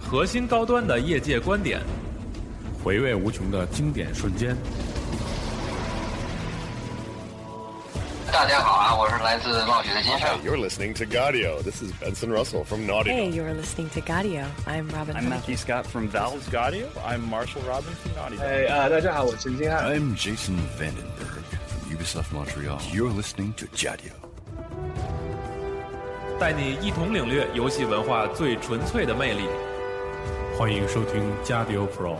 核心高端的业界观点， 回味无穷的经典瞬间。 大家好啊，我是来自冒雪的金生。 Hey, you're listening to Gaudio. This is Benson Russell from Naughty Hey, Dog. you're listening to Gaudio. I'm Robin. I'm Matthew Scott from Valve. This is Gaudio. I'm Marshall Robin from Naughty Dog. Hey, 大家好，我是陈金汉。 I'm Jason Vandenberg from Ubisoft Montreal. You're listening to Gaudio. 带你一同领略游戏文化最纯粹的魅力。 欢迎收听Gaudio Pro。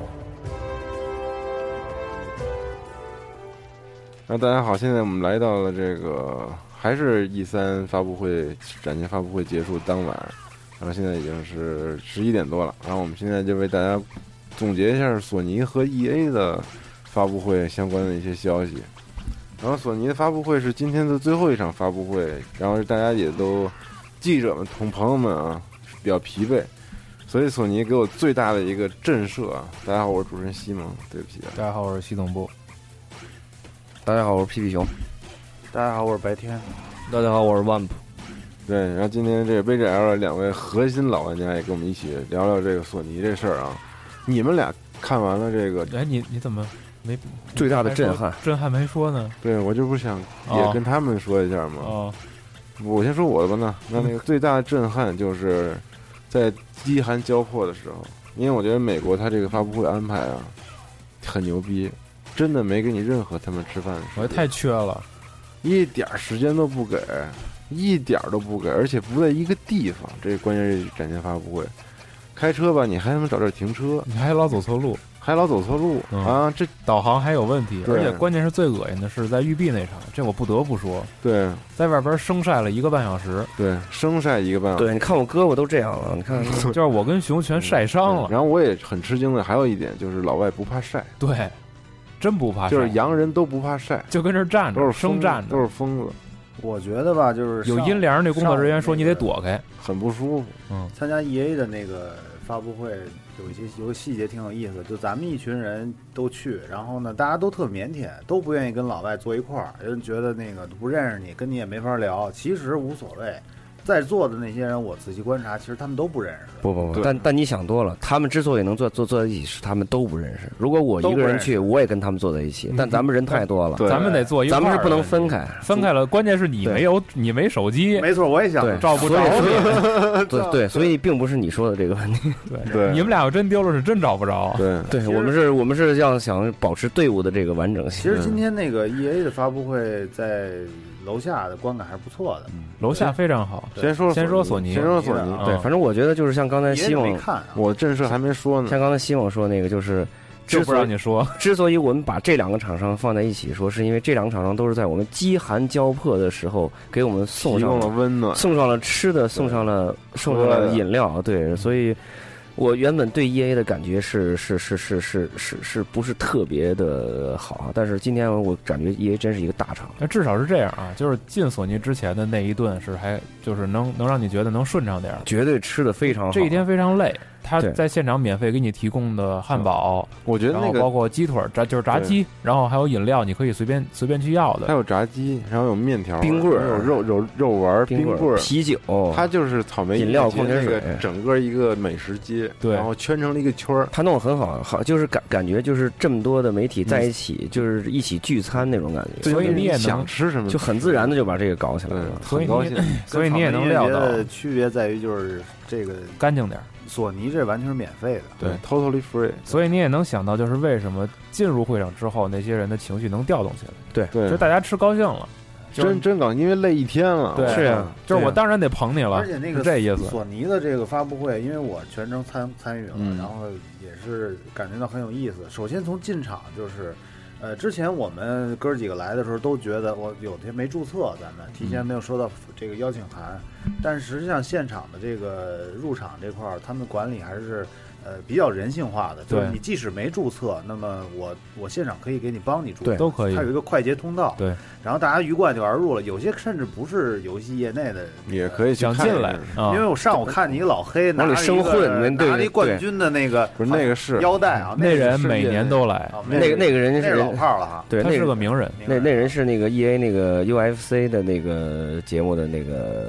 大家好，现在我们来到了这个还是 E3 发布会展前发布会结束当晚，然后现在已经是11点多了，然后我们现在就为大家总结一下索尼和 EA 的发布会相关的一些消息。然后索尼的发布会是今天的最后一场发布会，然后大家也都记者们同朋友们啊比较疲惫，所以索尼给我最大的一个震慑啊！大家好，我是主持人西蒙，对不起啊。 大家好，我是系统部。 大家好，我是屁屁熊。 大家好，我是白天。 大家好，我是万普。 对，然后今天这个 VGL 的两位核心老玩家也跟我们一起聊聊这个索尼这事儿啊。你们俩看完了这个， 哎，你怎么没最大的震撼？ 震撼没说呢？ 对，我就不想也跟他们说一下嘛。 哦， 我先说我的吧。那个最大的震撼就是在饥寒交迫的时候，因为我觉得美国它这个发布会安排啊很牛逼。真的没给你任何他们吃饭的时间， 我太缺了， 一点时间都不给，一点都不给，而且不在一个地方。这关键是展前发布会，开车吧，你还他妈找地儿停车， 你还老走错路， 啊！这导航还有问题，而且关键是最恶心的是在育碧那场，这我不得不说， 对， 在外边生晒了1个半小时， 对，生晒1个半小时。 对，你看我胳膊都这样了，你看， 就是我跟熊全晒伤了。 然后我也很吃惊的，还有一点就是老外不怕晒， 对。真不怕晒， 就是洋人都不怕晒， 就跟这站着， 都是生站着， 都是疯子。 我觉得吧，就是有阴凉，那工作人员说你得躲开， 很不舒服。 参加 EA 的那个发布会，有个细节挺有意思，就咱们一群人都去，然后呢，大家都特腼腆，都不愿意跟老外坐一块儿，有人觉得那个不认识你，跟你也没法聊。其实无所谓。在座的那些人，我仔细观察，其实他们都不认识。 不，但你想多了。他们之所以能坐在一起，是他们都不认识。如果我一个人去，我也跟他们坐在一起。但咱们人太多了， 咱们得坐一块儿。 咱们是不能分开， 分开了。关键是你没手机。 没错，我也想照不着你。 对，所以并不是你说的这个问题。 对， 你们俩要真丢了，是真找不着。 对，我们是想保持队伍的这个完整性。 其实今天那个 EA 的发布会在楼下的观感还是不错的， 楼下非常好。 先说索尼。 对，反正我觉得就是像刚才西蒙， 我震慑还没说呢。 像刚才西蒙说那个，就是就不让你说。 之所以我们把这两个厂商放在一起说，是因为这两个厂商都是在我们饥寒交迫的时候给我们送上了温暖， 送上了吃的，送上了饮料。对，所以。我原本对 EA 的感觉是不是特别的好，但是今天我感觉 EA 真是一个大厂。 那至少是这样啊，就是进索尼之前的那一顿是还就是能让你觉得能顺畅点， 绝对吃的非常好。 这一天非常累，他在现场免费给你提供的汉堡， 我觉得那个包括鸡腿就是炸鸡，然后还有饮料，你可以随便去要的。 还有炸鸡，然后有面条、 冰棍、 有肉丸、冰棍、 啤酒， 它就是草莓饮料、矿泉水， 整个一个美食街。 对， 然后圈成了一个圈儿， 他弄得很好，就是感觉就是这么多的媒体在一起，就是一起聚餐那种感觉。 所以你也想吃什么， 就很自然的就把这个搞起来了。 很高兴， 所以你也能料到。 区别在于就是这个干净点， 索尼这完全是免费的， 对 ，totally free。 所以你也能想到，就是为什么进入会场之后，那些人的情绪能调动起来。 对， 就大家吃高兴了。 真搞，因为累一天了。 对， 是呀， 就是我当然得捧你了。 而且那个这意思， 索尼的这个发布会，因为我全程参与了，然后也是感觉到很有意思。首先从进场就是，之前我们哥几个来的时候都觉得我有天没注册，咱们提前没有收到这个邀请函，但实际上现场的这个入场这块儿，他们管理还是。比较人性化的，就是你即使没注册，那么我现场可以给你帮你注册， 对，都可以。 它有一个快捷通道， 对。 然后大家鱼贯就而入了，有些甚至不是游戏业内的也可以想进来， 因为我上午看你一老黑拿了一冠军的那个， 不是那个是腰带啊， 那人每年都来， 那个人是老炮了哈， 对， 他是个名人， 那人是那个 EA 那个 UFC 的那个节目的那个主持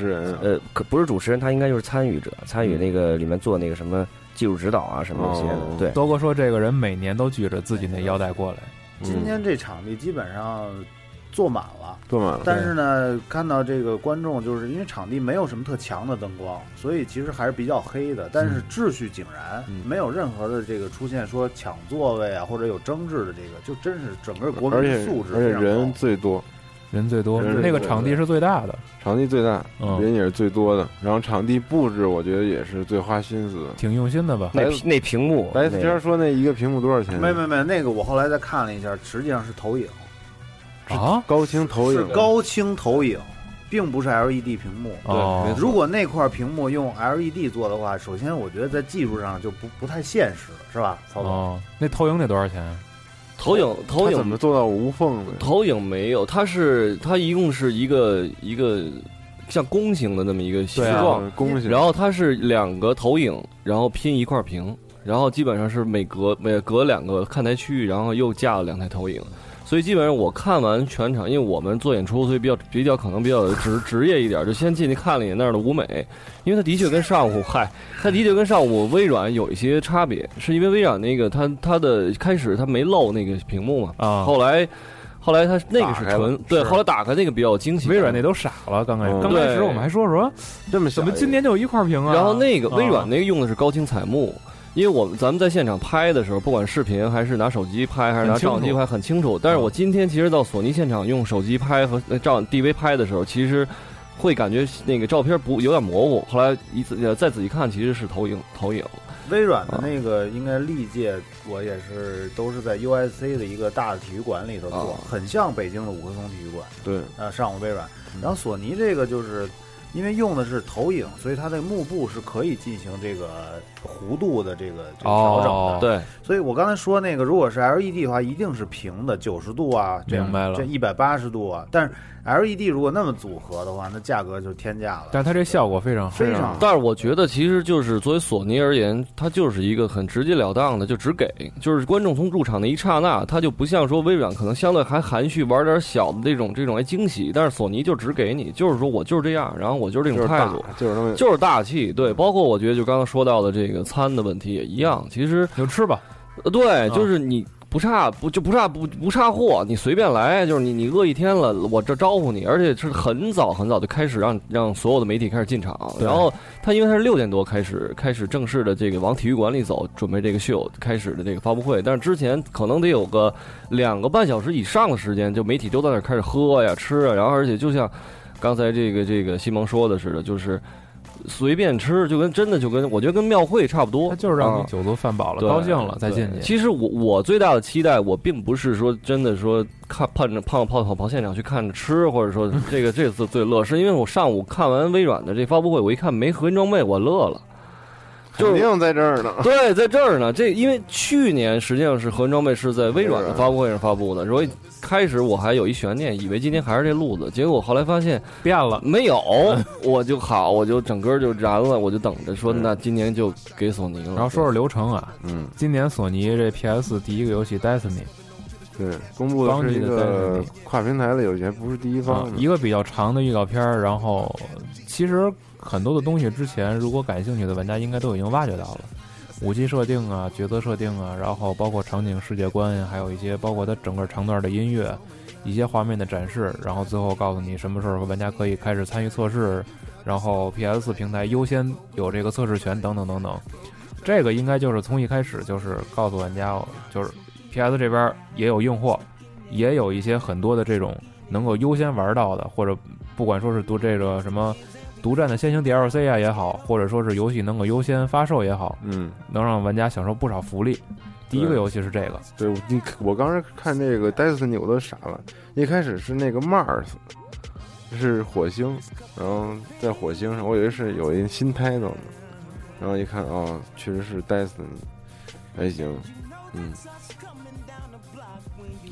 持人， 可不是主持人，他应该就是参与者，参与那个里面做那个什么技术指导啊什么这些的。对， 多哥说这个人每年都举着自己那腰带过来。 今天这场地基本上坐满了，但是呢，看到这个观众，就是因为场地没有什么特强的灯光，所以其实还是比较黑的，但是秩序井然，没有任何的这个出现说抢座位啊或者有争执的这个，就真是整个国民素质， 而且人最多。 那个场地是最大的， 场地最大，人也是最多的。然后场地布置，我觉得也是最花心思的， 挺用心的吧？ 那屏幕， 来之前说那一个屏幕多少钱？ 没，那个我后来再看了一下，实际上是投影啊， 高清投影， 是高清投影，并不是 LED 屏幕。 对， 如果那块屏幕用 LED 做的话，首先我觉得在技术上就不太现实了，是吧？曹总， 那投影得多少钱？ 投影怎么做到无缝的？ 投影没有，它一共是一个像弓形的那么一个形状， 弓形。 然后它是2个投影，然后拼一块屏，然后基本上是每隔2个看台区域，然后又架了2台投影。所以基本上我看完全场，因为我们做演出，所以比较可能比较职业一点，就先进去看了一眼那儿的舞美，因为它的确跟上午微软有一些差别，是因为微软那个它的开始它没露那个屏幕嘛，后来它那个是纯对，后来打开那个比较惊喜。 微软那都傻了，刚开始我们还说这么怎么今年就有一块屏啊？ 然后那个微软那个用的是高清彩幕。因为咱们在现场拍的时候，不管视频还是拿手机拍，还是拿照相机拍，很清楚。但是我今天其实到索尼现场用手机拍和DV 拍的时候，其实会感觉那个照片有点模糊。后来再仔细看，其实是投影。 微软的那个应该历届我也是都是在 USC 的一个大的体育馆里头做，很像北京的五棵松体育馆。 对， 上午微软，然后索尼这个就是因为用的是投影，所以它的幕布是可以进行这个弧度的这个调整的。 对， 所以我刚才说那个，如果是 LED 的话，一定是平的90度啊，这样这180度啊。但是 LED 如果那么组合的话，那价格就天价了。 但是它这效果非常非常。 但是我觉得其实就是作为索尼而言，它就是一个很直截了当的，就只给，就是观众从入场那一刹那，它就不像说微软可能相对还含蓄玩点小的这种惊喜，但是索尼就只给你，就是说我就是这样，然后我就是这种态度，就是大气。对，包括我觉得就刚刚说到的这个餐的问题也一样，其实就吃吧。 对，就是你。不差货，你随便来，就是你饿一天了，我这招呼你，而且是很早就开始让所有的媒体开始进场，然后因为他是6点多开始正式的这个往体育馆里走，准备这个秀开始的这个发布会，但是之前可能得有个2个半小时以上的时间，就媒体都在那开始喝呀吃啊，然后而且就像刚才这个西蒙说的似的，就是随便吃，就跟我觉得跟庙会差不多， 他就是让你酒足饭饱了，高兴了再进去。 其实我最大的期待，我并不是说真的说盼着跑现场去看着吃，或者说这次最乐，是因为我上午看完微软的这发布会，我一看没合金装备，我乐了。 肯定在这儿呢， 对，在这儿呢。因为去年实际上是合金装备是在微软的发布会上发布的，所以开始我还有一悬念，以为今天还是这路子，结果后来发现变了， 没有，我就整个就燃了，我就等着说，那今年就给索尼了。 然后说说流程啊，今年索尼这 PS 第一个游戏 Destiny， 对，公布的是一个跨平台的游戏，还不是第一方， 一个比较长的预告片，然后其实很多的东西之前如果感兴趣的玩家应该都已经挖掘到了，武器设定啊，角色设定啊，然后包括场景世界观呀，还有一些包括它整个长段的音乐，一些画面的展示，然后最后告诉你什么时候玩家可以开始参与测试，然后 PS 平台优先有这个测试权等等等等。这个应该就是从一开始就是告诉玩家，就是 PS 这边也有硬货，也有一些很多的这种能够优先玩到的，或者不管说是读这个什么独占的先行 DLC 啊也好，或者说是游戏能够优先发售也好，能让玩家享受不少福利。第一个游戏是这个， 对，我刚才看这个 Destiny 我都傻了，一开始是那个 Mars， 是火星，然后在火星上，我以为是有一新 title 呢，然后一看哦，确实是 Destiny， 还行，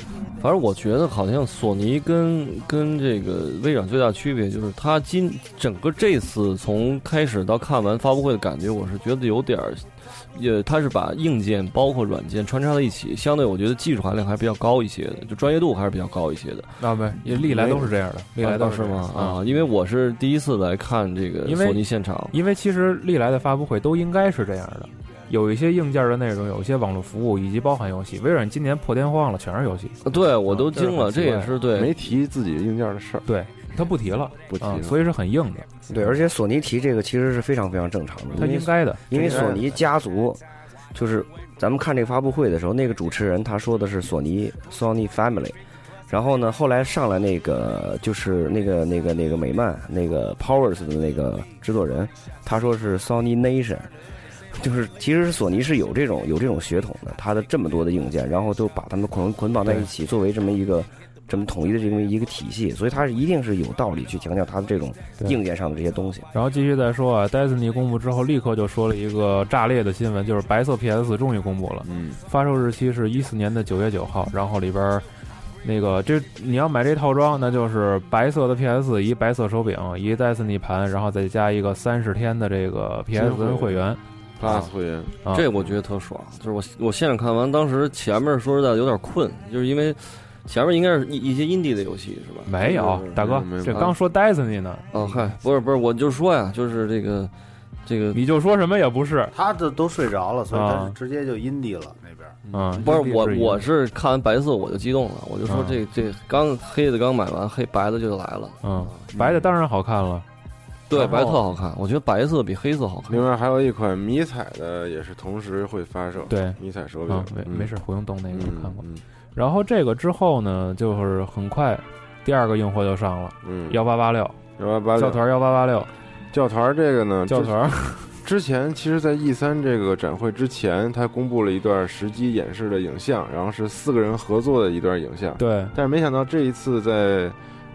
反正我觉得好像索尼跟这个微软最大区别就是它整个这次从开始到看完发布会的感觉，我是觉得有点它是把硬件包括软件穿插在一起，相对我觉得技术含量还比较高一些的，就专业度还是比较高一些的。 那不，历来都是这样的，历来都是吗？啊，因为我是第一次来看这个索尼现场， 因为其实历来的发布会都应该是这样的。有一些硬件的内容，有一些网络服务，以及包含游戏。微软今年破天荒了，全是游戏。 对，我都惊了，这也是对， 没提自己硬件的事儿。 对，他不提了， 不提了， 所以是很硬的。 对，而且索尼提这个其实是非常非常正常的， 他应该的， 因为索尼家族，就是咱们看这个发布会的时候，那个主持人他说的是Sony Family， 然后呢，后来上来那个就是那个美漫那个 Powers 的那个制作人，他说是 Sony Nation。就是其实索尼是有这种血统的，它的这么多的硬件，然后都把它们捆绑在一起，作为这么统一的这么一个体系，所以它一定是有道理去强调它的这种硬件上的这些东西。 然后继续再说啊 ，Destiny 公布之后，立刻就说了一个炸裂的新闻，就是白色 PS 终于公布了，发售日期是14年9月9号，然后里边那个你要买这套装，那就是白色的 PS， 一白色手柄，一 Destiny 盘，然后再加一个30天的这个 PSN 会员。 Plus 会员， 这我觉得特爽。就是我现场看完，当时前面说实在有点困，就是因为前面应该是一些 indie 的游戏是吧？ 没有，大哥，这刚说 Destiny 呢。 哦，嗨，不是，我就说呀，就是这个， 你就说什么也不是， 他这都睡着了，所以他直接就 indie 了那边。 不是我是看完白色我就激动了，我就说这刚黑的刚买完，白的就来了。 白的当然好看了。 对，白特好看，我觉得白色比黑色好看。 另外还有一款迷彩的，也是同时会发售。 对， 迷彩手柄， 没事，不用动那个，看过。然后这个之后呢，就是很快，第二个硬货就上了，1886教团1886， 教团这个呢， 教团之前其实，在 E3 这个展会之前，他公布了一段实机演示的影像，然后是4个人合作的一段影像。 对， 但是没想到这一次在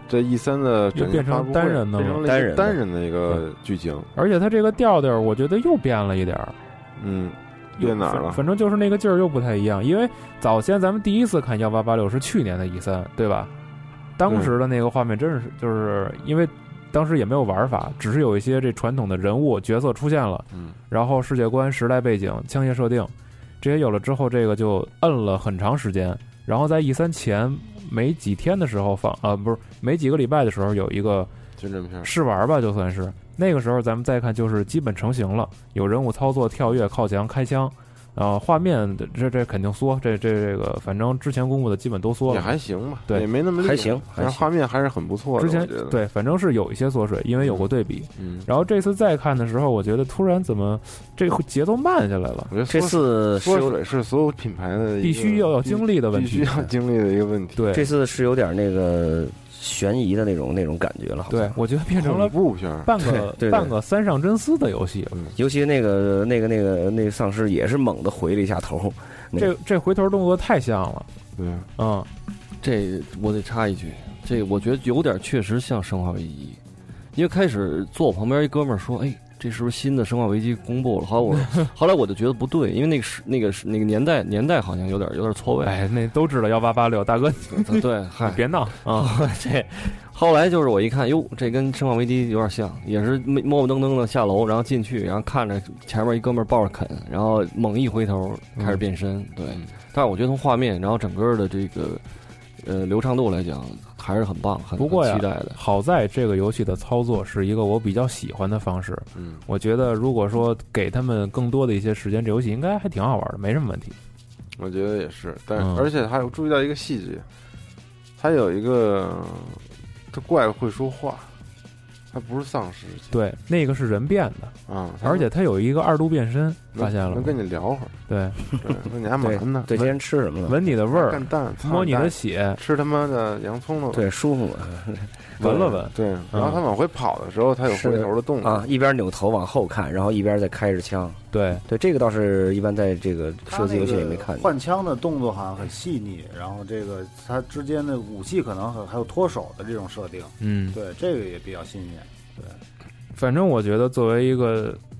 E3 的就变成单人的了， 单人的一个剧情， 而且它这个调调，我觉得又变了一点儿。 变哪儿了？ 反正就是那个劲儿又不太一样，因为早先咱们第一次看1886是去年的 E3，对吧？当时的那个画面真是就是因为当时也没有玩法，只是有一些这传统的人物角色出现了，然后世界观、时代背景、枪械设定这些有了之后，这个就摁了很长时间，然后在 E3 前没几天的时候不是没几个礼拜的时候有一个试玩吧，就算是那个时候咱们再看就是基本成型了，有人物操作、跳跃、靠墙、开枪，画面这肯定缩，这个反正之前公布的基本都缩了， 也还行吧， 对， 也没那么厉害， 还行， 但画面还是很不错的。 之前对，反正是有一些缩水，因为有过对比。然后这次再看的时候，我觉得突然怎么这个节奏慢下来了？ 我觉得这次缩水是所有品牌的必须要经历的问题， 必须要经历的一个问题。 对， 这次是有点那个悬疑的那种感觉了。 对，我觉得变成了恐怖片， 半个三上真司的游戏。 尤其那个丧尸也是猛地回了一下头， 这回头动作太像了。 对， 这我得插一句，这我觉得有点确实像《生化危机》，因为开始坐我旁边一哥们儿说：“哎，这是不是新的《生化危机》公布了？”后来我就觉得不对，因为那个年代好像有点错位。 哎，那都知道1886，大哥， 对，嗨， 别闹啊！ 这后来就是我一看，哟，这跟《生化危机》有点像，也是磨磨瞪瞪的下楼，然后进去，然后看着前面一哥们儿抱着啃，然后猛一回头开始变身。对，但是我觉得从画面，然后整个的这个流畅度来讲，还是很棒，很期待的。 好在这个游戏的操作是一个我比较喜欢的方式。我觉得如果说给他们更多的一些时间，这游戏应该还挺好玩的，没什么问题。 我觉得也是，而且还有注意到一个细节，它有一个，这怪会说话，它不是丧尸。 对，那个是人变的啊，而且它有一个2度变身，发现了能跟你聊会儿。 对， 说你还忙呢？ 对，今天吃什么了？ 闻你的味儿， 干蛋， 摸你的血， 吃他妈的洋葱了。 对，舒服。 闻了闻， 对，然后他往回跑的时候，他有回头的动作啊，一边扭头往后看，然后一边再开着枪。 对， 这个倒是一般在这个射击游戏里没看见。 换枪的动作好像很细腻，然后这个它之间的武器可能还有脱手的这种设定。对，这个也比较新鲜。对， 反正我觉得作为一个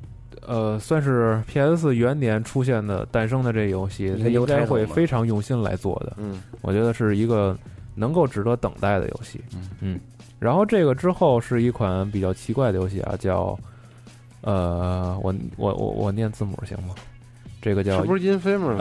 算是 PS 元年出现的诞生的这个游戏，它应该会非常用心来做的。我觉得是一个能够值得等待的游戏。然后这个之后是一款比较奇怪的游戏啊，叫我念字母行吗？这个叫是不是 Infamous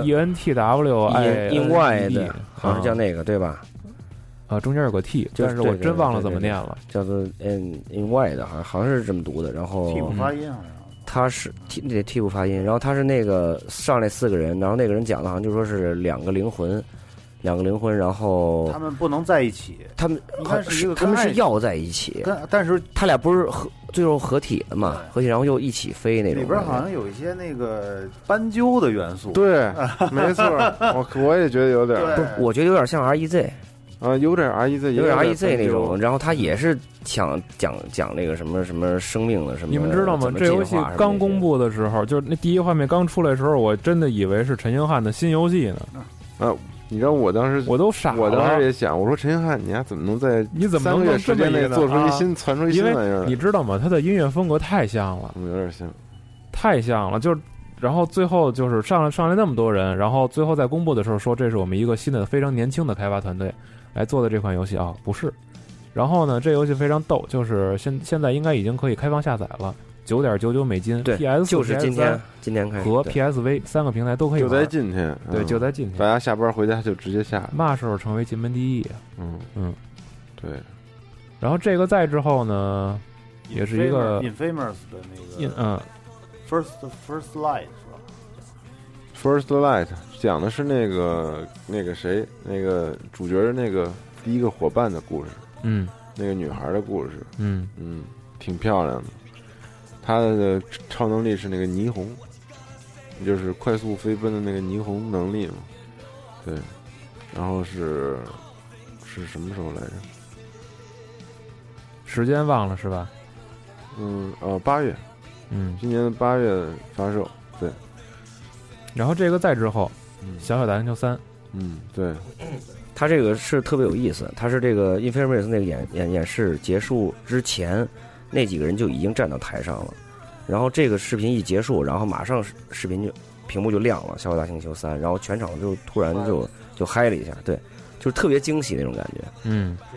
ENTWI 的，好像是叫那个对吧？ 中间有个 T， 但是我真忘了怎么念了， 叫做 NY 的，好像是这么读的。然后 T 不发音， 他是 T 不发音，然后他是那个上来4个人，然后那个人讲的好像就说是两个灵魂，然后他们不能在一起， 他们应该是一个他们是要在一起， 但是他俩不是最后合体了嘛？合体然后又一起飞那种。 里边好像有一些那个斑鸠的元素。 对，没错，我也觉得有点， 不是，我觉得有点像 REZ。 有点 REZ， 有点 REZ 那种，然后他也是想讲那个什么生命的什么。 你们知道吗？这游戏刚公布的时候，就是那第一画面刚出来的时候，我真的以为是陈星汉的新游戏呢。 你知道我当时我都傻了， 我当时也想，我说陈星汉，你怎么能在3个月时间内做出传出一新玩意儿？ 你知道吗？他的音乐风格太像了， 有点像， 太像了，就是。然后最后就是上来那么多人，然后最后在公布的时候说这是我们一个新的非常年轻的开发团队来做的这款游戏啊，不是。然后呢，这游戏非常逗，就是现在应该已经可以开放下载了，$9.99美金。 对 PS 就是今天开始和 PSV 3个平台都可以玩。 就在今天， 对，就在今天， 大家下班回家就直接下。 嘛时候成为进门第一啊？ 对。 然后这个再之后呢，也是一个 Infamous 的那个First Light 是吧 ？First Light 讲的是那个谁，那个主角的那个第一个伙伴的故事，那个女孩的故事，挺漂亮的。她的超能力是那个霓虹，就是快速飞奔的那个霓虹能力嘛。对，然后是什么时候来着？ 时间忘了是吧 ？8月。今年的8月发售，对。 然后这个再之后，小小大星球3， 对。 它这个是特别有意思，它是这个 Infamous 那个演示结束之前，那几个人就已经站到台上了，然后这个视频一结束，然后马上视频屏幕就亮了，小小大星球3，然后全场就突然就嗨了一下，对，就是特别惊喜那种感觉，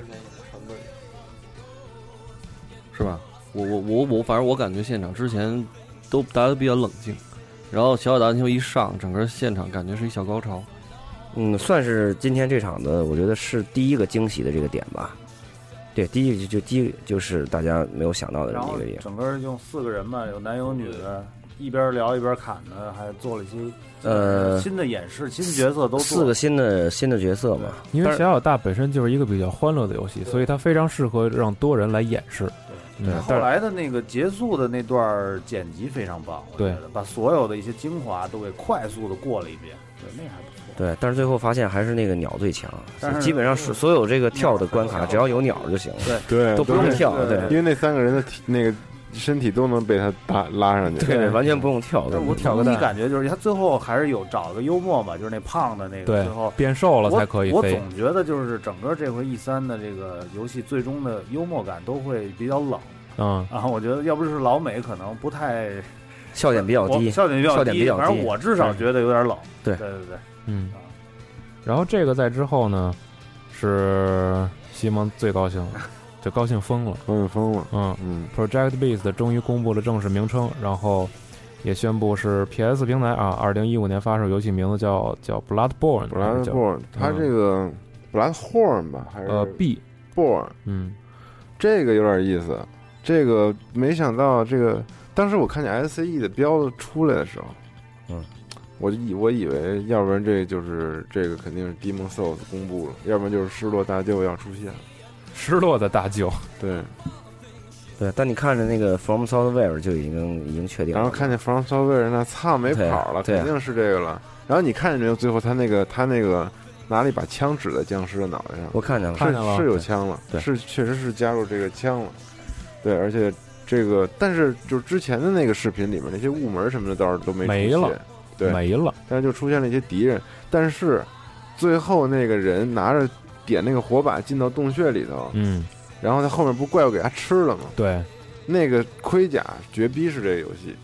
是吧？我反正我感觉现场之前大家都比较冷静，然后小小大星球一上，整个现场感觉是一小高潮。 算是今天这场的，我觉得是第一个惊喜的这个点吧。对，第一个就是大家没有想到的这么一个点。 整个用4个人嘛，有男有女的，一边聊一边砍的，还做了一些新的演示，新角色都做 4个新的角色嘛。 因为小小大本身就是一个比较欢乐的游戏，所以它非常适合让多人来演示。 对，后来的那个结束的那段剪辑非常棒，我觉得把所有的一些精华都给快速的过了一遍，对，那还不错。 对，但是最后发现还是那个鸟最强，基本上是所有这个跳的关卡，只要有鸟就行了， 对， 都不用跳，对， 因为那3个人的那个身体都能被他拉上去， 对，完全不用跳。 我跳个蛋，你感觉就是他最后还是有找个幽默嘛，就是那胖的那个，最后变瘦了才可以飞。 我总觉得就是整个这回 E3 的这个游戏最终的幽默感都会比较冷。然后我觉得要不是老美可能不太笑点比较低， 笑点比较低，反正我至少觉得有点冷。 对， 然后这个在之后呢，是西蒙最高兴了，就高兴疯了。Project Beast 终于公布了正式名称，然后也宣布是 PS 平台啊，2015年发售，游戏名字叫 Bloodborne。 它这个 Bloodhorn 吧，还是 Born？ 这个有点意思。这个没想到，这个当时我看见 SCE 的标子出来的时候，我以为要不然这个肯定是 Demon Souls 公布了，要不然就是失落大舅要出现了。 失落的大舅， 对， 但你看着那个 From Software 就已经确定了， 然后看见 From Software 那操没跑了，肯定是这个了。然后你看见没有？最后他那个拿了一把枪指在僵尸的脑袋上， 我看见了， 是有枪了，是确实是加入这个枪了。对，而且这个，但是就是之前的那个视频里面那些雾门什么的倒是都没出现，对， 没了， 但是就出现了一些敌人。但是最后那个人拿着点那个火把进到洞穴里头，然后他后面不怪物给他吃了吗？ 对， 那个盔甲绝逼是这个游戏，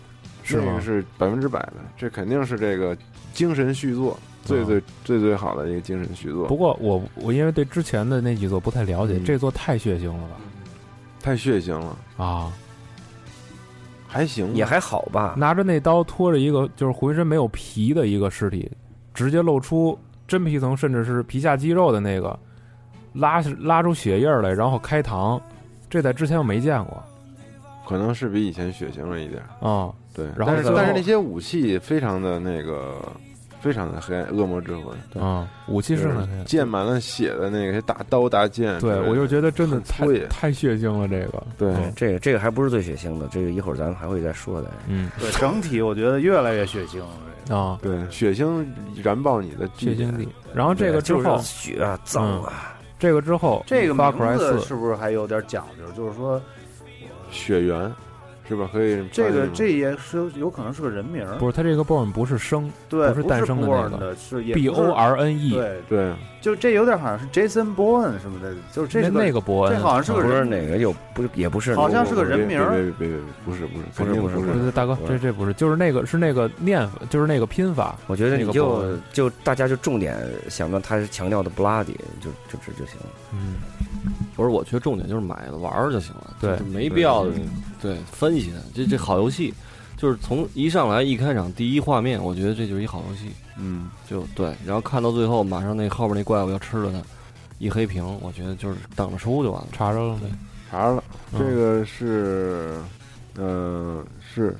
这个是100%的，这肯定是这个精神续作，最好的一个精神续作。 不过我因为对之前的那几座不太了解，这座太血腥了吧？ 太血腥了啊！ 也还行， 还好吧。 拿着那刀拖着一个就是浑身没有皮的一个尸体，直接露出真皮层甚至是皮下肌肉的那个，拉出血印来，然后开膛，这在之前我没见过。 可能是比以前血腥了一点啊。 对， 然后但是那些武器非常的那个。非常的黑暗，恶魔之魂啊，武器是溅满了血的那个大刀大剑。 对，我就觉得真的太血腥了。这个， 对， 这个还不是最血腥的，这个一会儿咱们还会再说的。 对，整体我觉得越来越血腥了。 啊， 对，血腥燃爆你的血腥地。然后这个之后， 血啊，脏啊。 这个之后， 这个名字是不是还有点讲究？就是说， 血缘。是吧？可以， 这也是有可能是个人名。 不是，他这个 born 不是生， 对， 不是诞生的那个， 是 BORNE。 对， 就这有点好像是 Jason Bourne 什么的，就是这是那个伯恩， 这好像是个人， 不是哪个也不是， 好像是个人名。 别，不是， 大哥，这不是，就是那个是那个念法，就是那个拼法。 我觉得你就大家就重点想到他是强调的 bloody， 就行了。 不是，我觉得重点就是买了玩就行了， 对， 没必要对分析它。这好游戏，就是从一上来一开场第一画面，我觉得这就是一好游戏。就对，然后看到最后，马上那后边那怪物要吃了它，一黑屏，我觉得就是等着出就完了。 查着了没？ 查了，这个是，是，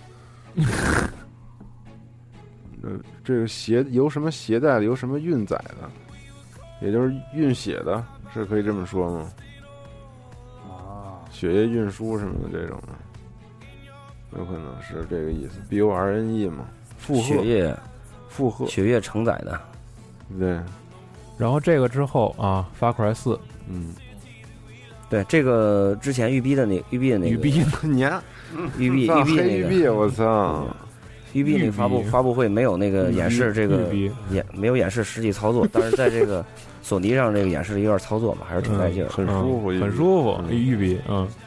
这个由什么携带的，由什么运载的，也就是运血的，是可以这么说吗？血液运输什么的这种的，有可能是这个意思。BORNE 嘛，负荷， 血液承载的。 对。 然后这个之后啊，Far Cry 4， 对，这个之前育碧的那个育碧那个，我操！ 育碧那个发布会没有那个演示这个没有演示实际操作，但是在这个索尼上这个演示了一段操作嘛，还是挺带劲， 很舒服， 很舒服。育碧，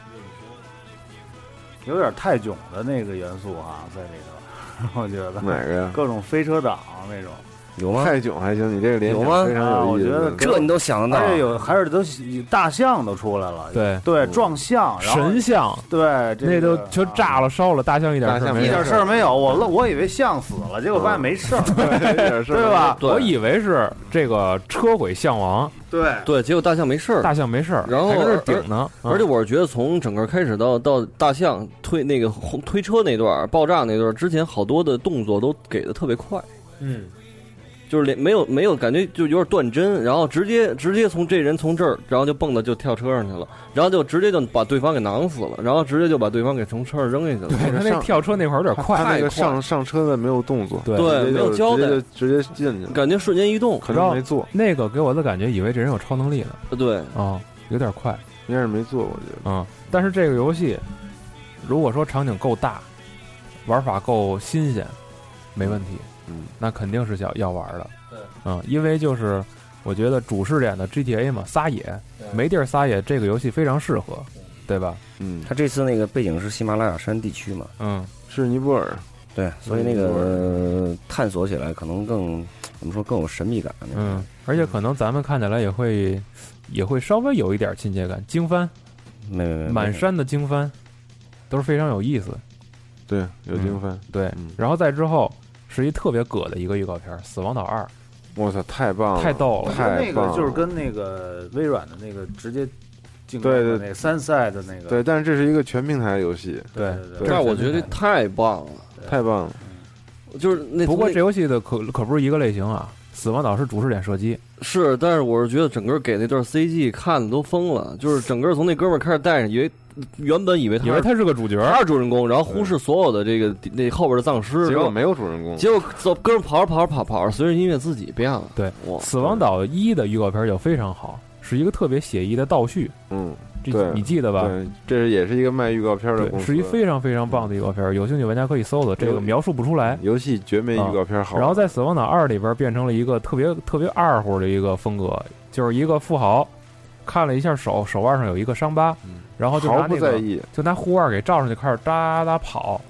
有点泰囧的那个元素啊，在里头，我觉得哪个呀？ 各种飞车党那种。 有吗？ 泰囧还行，你这个联想非常有意思。 我觉得这你都想得到， 还是都大象都出来了，对，撞象， 神象， 对， 那都全炸了烧了，大象一点事儿没有，我以为象死了，结果发现没事儿，对吧？ 我以为是这个车毁象亡， 对，结果大象没事儿，然后还在这顶呢。 而且我是觉得从整个开始到大象推车那段爆炸那段之前，好多的动作都给的特别快，就是没有感觉就有点断针，然后直接从这人从这儿，然后就蹦的就跳车上去了，然后就直接就把对方给囊死了，然后直接就把对方给从车上扔下去了。 对，他那跳车那会儿有点快， 他那个上车的没有动作， 对，没有交代， 直接进去了， 感觉瞬间移动， 可能没做。 那个给我的感觉以为这人有超能力呢。 对， 有点快， 应该是没做，我觉得。 但是这个游戏，如果说场景够大，玩法够新鲜，没问题。那肯定是要玩的。因为就是我觉得主视点的 GTA 嘛，撒野没地儿撒野，这个游戏非常适合，对吧？ 他这次那个背景是喜马拉雅山地区嘛， 是尼泊尔， 对，所以那个探索起来可能更怎么说更有神秘感。 而且可能咱们看起来也会稍微有一点亲切感，经幡，满山的经幡都是非常有意思。 对，有经幡， 对，然后再之后是一特别葛的一个预告片，《死亡岛2》。 我操，太棒了， 太逗了！ 那个就是跟那个微软的那个直接竞争的那个参赛的那个， 对，但是这是一个全平台游戏， 对。 但我觉得太棒了， 太棒了。 就是那不过这游戏的可不是一个类型啊，死亡岛是主视点射击， 是，但是我是觉得整个给那段 CG 看的都疯了，就是整个从那哥们儿开始带上，原本以为他是个主角， 他是主人公，然后忽视所有的这个那后边的丧尸， 结果没有主人公， 结果走哥们跑，随着音乐自己变了。 对，死亡岛1的预告片就非常好，是一个特别写意的倒叙。 对， 你记得吧？ 对，这也是一个卖预告片的公司， 是一非常非常棒的预告片，有兴趣玩家可以搜搜，这个描述不出来。 游戏绝没预告片好。 然后在死亡岛2里边变成了一个特别二乎的一个风格，就是一个富豪看了一下手腕上有一一个伤疤。然后就拿那个，就拿护腕给罩上去，开始哒哒跑，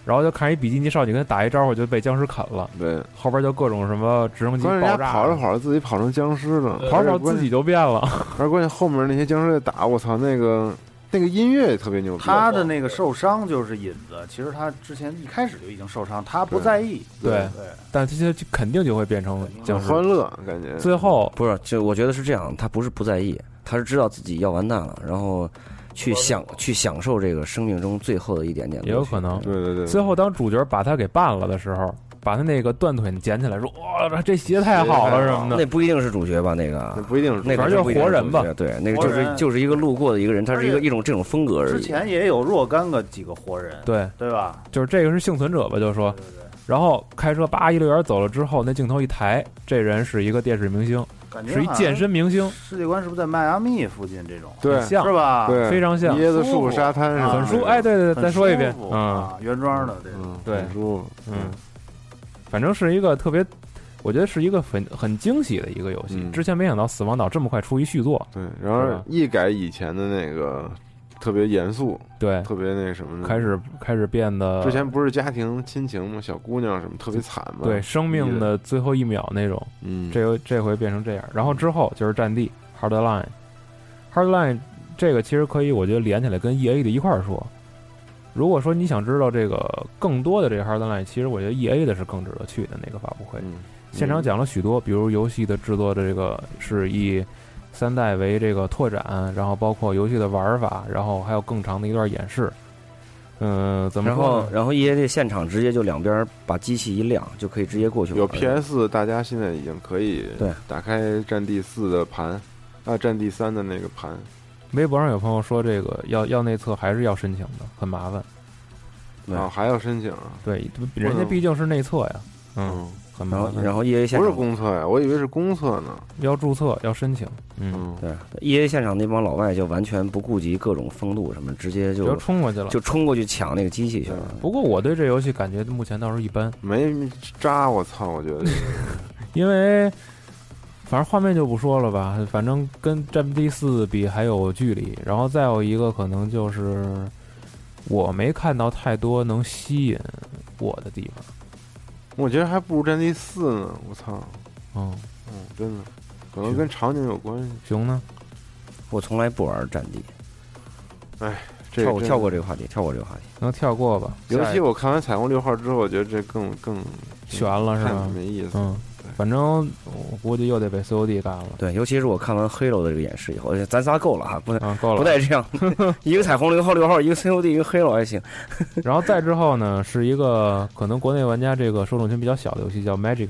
然后就看一比基尼少女跟他打一招呼就被僵尸啃了， 对， 后边就各种什么直升机爆炸， 跑着跑着自己跑成僵尸了， 跑着跑着自己就变了， 而关键后面那些僵尸在打，我操，那个音乐也特别牛逼。 他的那个受伤就是引子，其实他之前一开始就已经受伤，他不在意。 对，但这些肯定就会变成僵尸， 欢乐感觉。 最后不是，就我觉得是这样，他不是不在意，他是知道自己要完蛋了，然后去享受这个生命中最后的一点点。 也有可能， 对。 最后当主角把他给办了的时候。把他那个断腿捡起来说，哇，这鞋太好了什么的。 那不一定是主角吧？那个不一定是， 那反正就是活人吧？ 对，那个就是一个路过的一个人，他是一种这种风格而已。 之前也有若干个几个活人，对吧？ 就是这个是幸存者吧？就是说，然后开车叭一溜圆走了之后，那镜头一抬，这人是一个电视明星，是一健身明星。 世界观是不是在迈阿密附近这种？ 对， 像是吧？ 对， 非常像。 椰子树沙滩是很舒服。哎，对，再说一遍， 原装的这种， 对， 很舒服， 反正是一个特别，我觉得是一个很惊喜的一个游戏。之前没想到《死亡岛》这么快出一续作。 对，然后一改以前的那个特别严肃， 对， 特别那什么的， 开始变得。 之前不是家庭亲情吗？小姑娘什么特别惨嘛？ 对，生命的最后一秒那种。这回变成这样，然后之后就是《战地》Hardline 这个其实可以，我觉得连起来跟 EA 的一块儿说。如果说你想知道这个更多的这个 Hardline， 其实我觉得 EA 的是更值得去的那个发布会。现场讲了许多，比如游戏的制作的这个是以3代为这个拓展，然后包括游戏的玩法，然后还有更长的一段演示。怎么说？ 然后 EA 这现场直接就两边把机器一亮，就可以直接过去了。 有 PS， 大家现在已经可以打开战地4的盘，战地3的那个盘。 微博上有朋友说，这个要内测还是要申请的，很麻烦。 还要申请啊？ 对，人家毕竟是内测呀。很麻烦。 然后 EA 现场不是公测呀，我以为是公测呢。 要注册，要申请。 对 ，EA 现场那帮老外就完全不顾及各种风度什么，直接就冲过去了， 就冲过去抢那个机器去了。 不过我对这游戏感觉目前倒是一般， 没渣，我操，我觉得， 因为。反正画面就不说了吧，反正跟《战地4》比还有距离，然后再有一个可能就是我没看到太多能吸引我的地方。 我觉得还不如《战地4》呢，我操！真的，可能跟场景有关系。 熊呢？ 我从来不玩《战地》。 哎， 跳过这个话题， 能跳过吧？ 尤其我看完《彩虹6号》之后，我觉得这更悬了，是吧？ 没意思。 反正我估计又得被 COD 干了。 对，尤其是我看完 Halo 的这个演示以后，咱仨够了哈， 够了， 不带这样。一个彩虹6号，一个 COD， 一个 Halo 还行。 然后再之后呢，是一个可能国内玩家这个受众群比较小的游戏，叫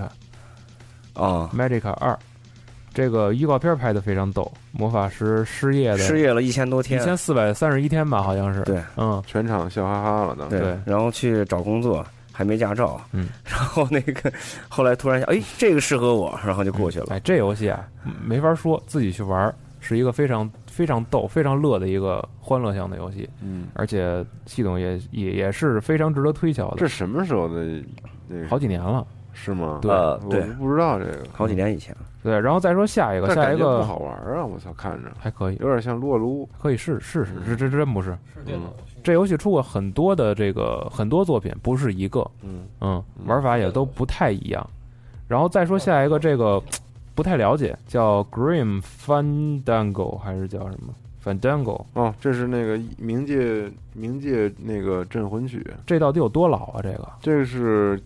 Magica。Magica 2，这个预告片拍的非常逗，魔法师失业了 1000多天 ，1431天吧，好像是。 对， 全场笑哈哈了当时。 对，然后去找工作。还没驾照，然后那个后来突然想，这个适合我，然后就过去了。 这游戏啊，没法说，自己去玩，是一个非常非常逗、非常乐的一个欢乐向的游戏。而且系统也是非常值得推销的。 这什么时候的？ 好几年了， 是吗？ 对， 我不知道这个， 好几年以前。 对，然后再说下一个不好玩啊！我操，看着还可以， 有点像撸啊撸， 可以试试。这真不是。这游戏出过很多的很多作品，不是一个，玩法也都不太一样。然后再说下一个，这个不太了解，叫 Grim Fandango 还是叫什么 Fandango？ 这是那个冥界那个镇魂曲。 这到底有多老啊？ 这个是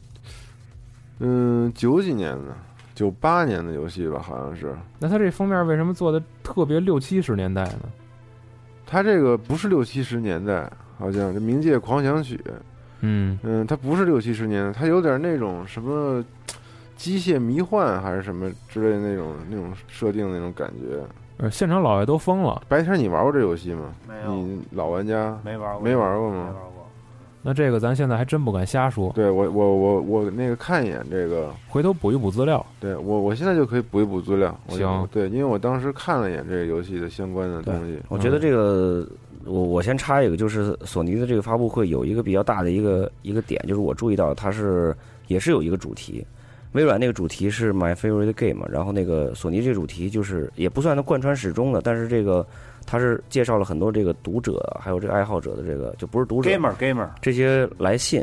90几年的，98年的游戏吧，好像是。 那它这封面为什么做的特别60、70年代呢？ 它这个不是60、70年代，好像这《冥界狂想曲》，它不是60、70年代，它有点那种什么机械迷幻还是什么之类的那种设定那种感觉。 现场老外都疯了。 白天你玩过这游戏吗？ 没有。 你老玩家没玩过吗？ 没玩过。 那这个咱现在还真不敢瞎说。 对，我那个看一眼这个， 回头补一补资料。 对，我现在就可以补一补资料。 行， 对，因为我当时看了一眼这个游戏的相关的东西。 我觉得这个，我先插一个，就是索尼的这个发布会有一个比较大的一个点，就是我注意到它也是有一个主题。微软那个主题是 My Favorite Game， 然后那个索尼这个主题就是也不算它贯穿始终的，但是这个它是介绍了很多这个读者还有这个爱好者的这个就不是读者 gamer 这些来信，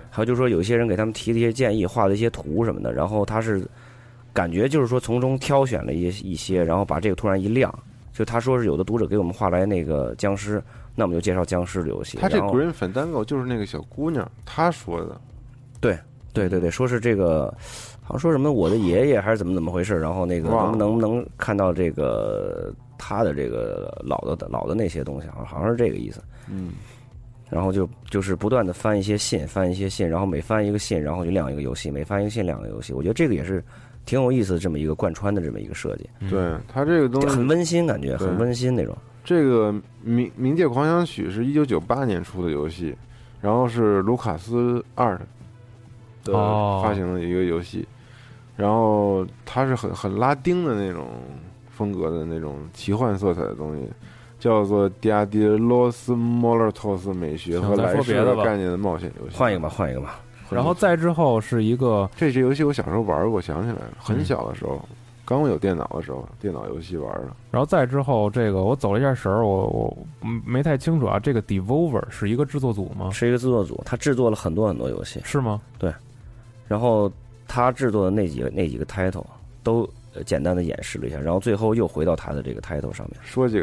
还有就是说有一些人给他们提的一些建议，画的一些图什么的，然后他是感觉就是说从中挑选了一些，然后把这个突然一亮，就他说是有的读者给我们画来那个僵尸，那我们就介绍僵尸的游戏。 他这 Green Fandango 就是那个小姑娘她说的， 对，说是这个好像说什么我的爷爷还是怎么回事，然后那个能不能看到这个他的这个老的那些东西，好像是这个意思。然后就是不断的翻一些信，然后每翻一个信，然后就亮一个游戏，每翻一个信亮一个游戏。我觉得这个也是挺有意思的，这么一个贯穿的这么一个设计。 对，它这个东西很温馨，感觉很温馨那种。 这个冥界狂想曲是1998年出的游戏，然后是卢卡斯 Art 的发行的一个游戏，然后它是很拉丁的那种风格的那种奇幻色彩的东西。叫做迪亚迪罗斯莫勒托斯美学和来世的概念的冒险游戏。 换一个吧。 然后再之后是一个， 这游戏我小时候玩过，想起来了，很小的时候，刚有电脑的时候，电脑游戏玩的。 然后再之后，这个我走了一下神儿，我没太清楚啊。这个 Devolver 是一个制作组吗？ 是一个制作组，他制作了很多游戏。 是吗？ 对。然后他制作的那几个 title 都简单的演示了一下，然后最后又回到他的这个 title 上面。 说几个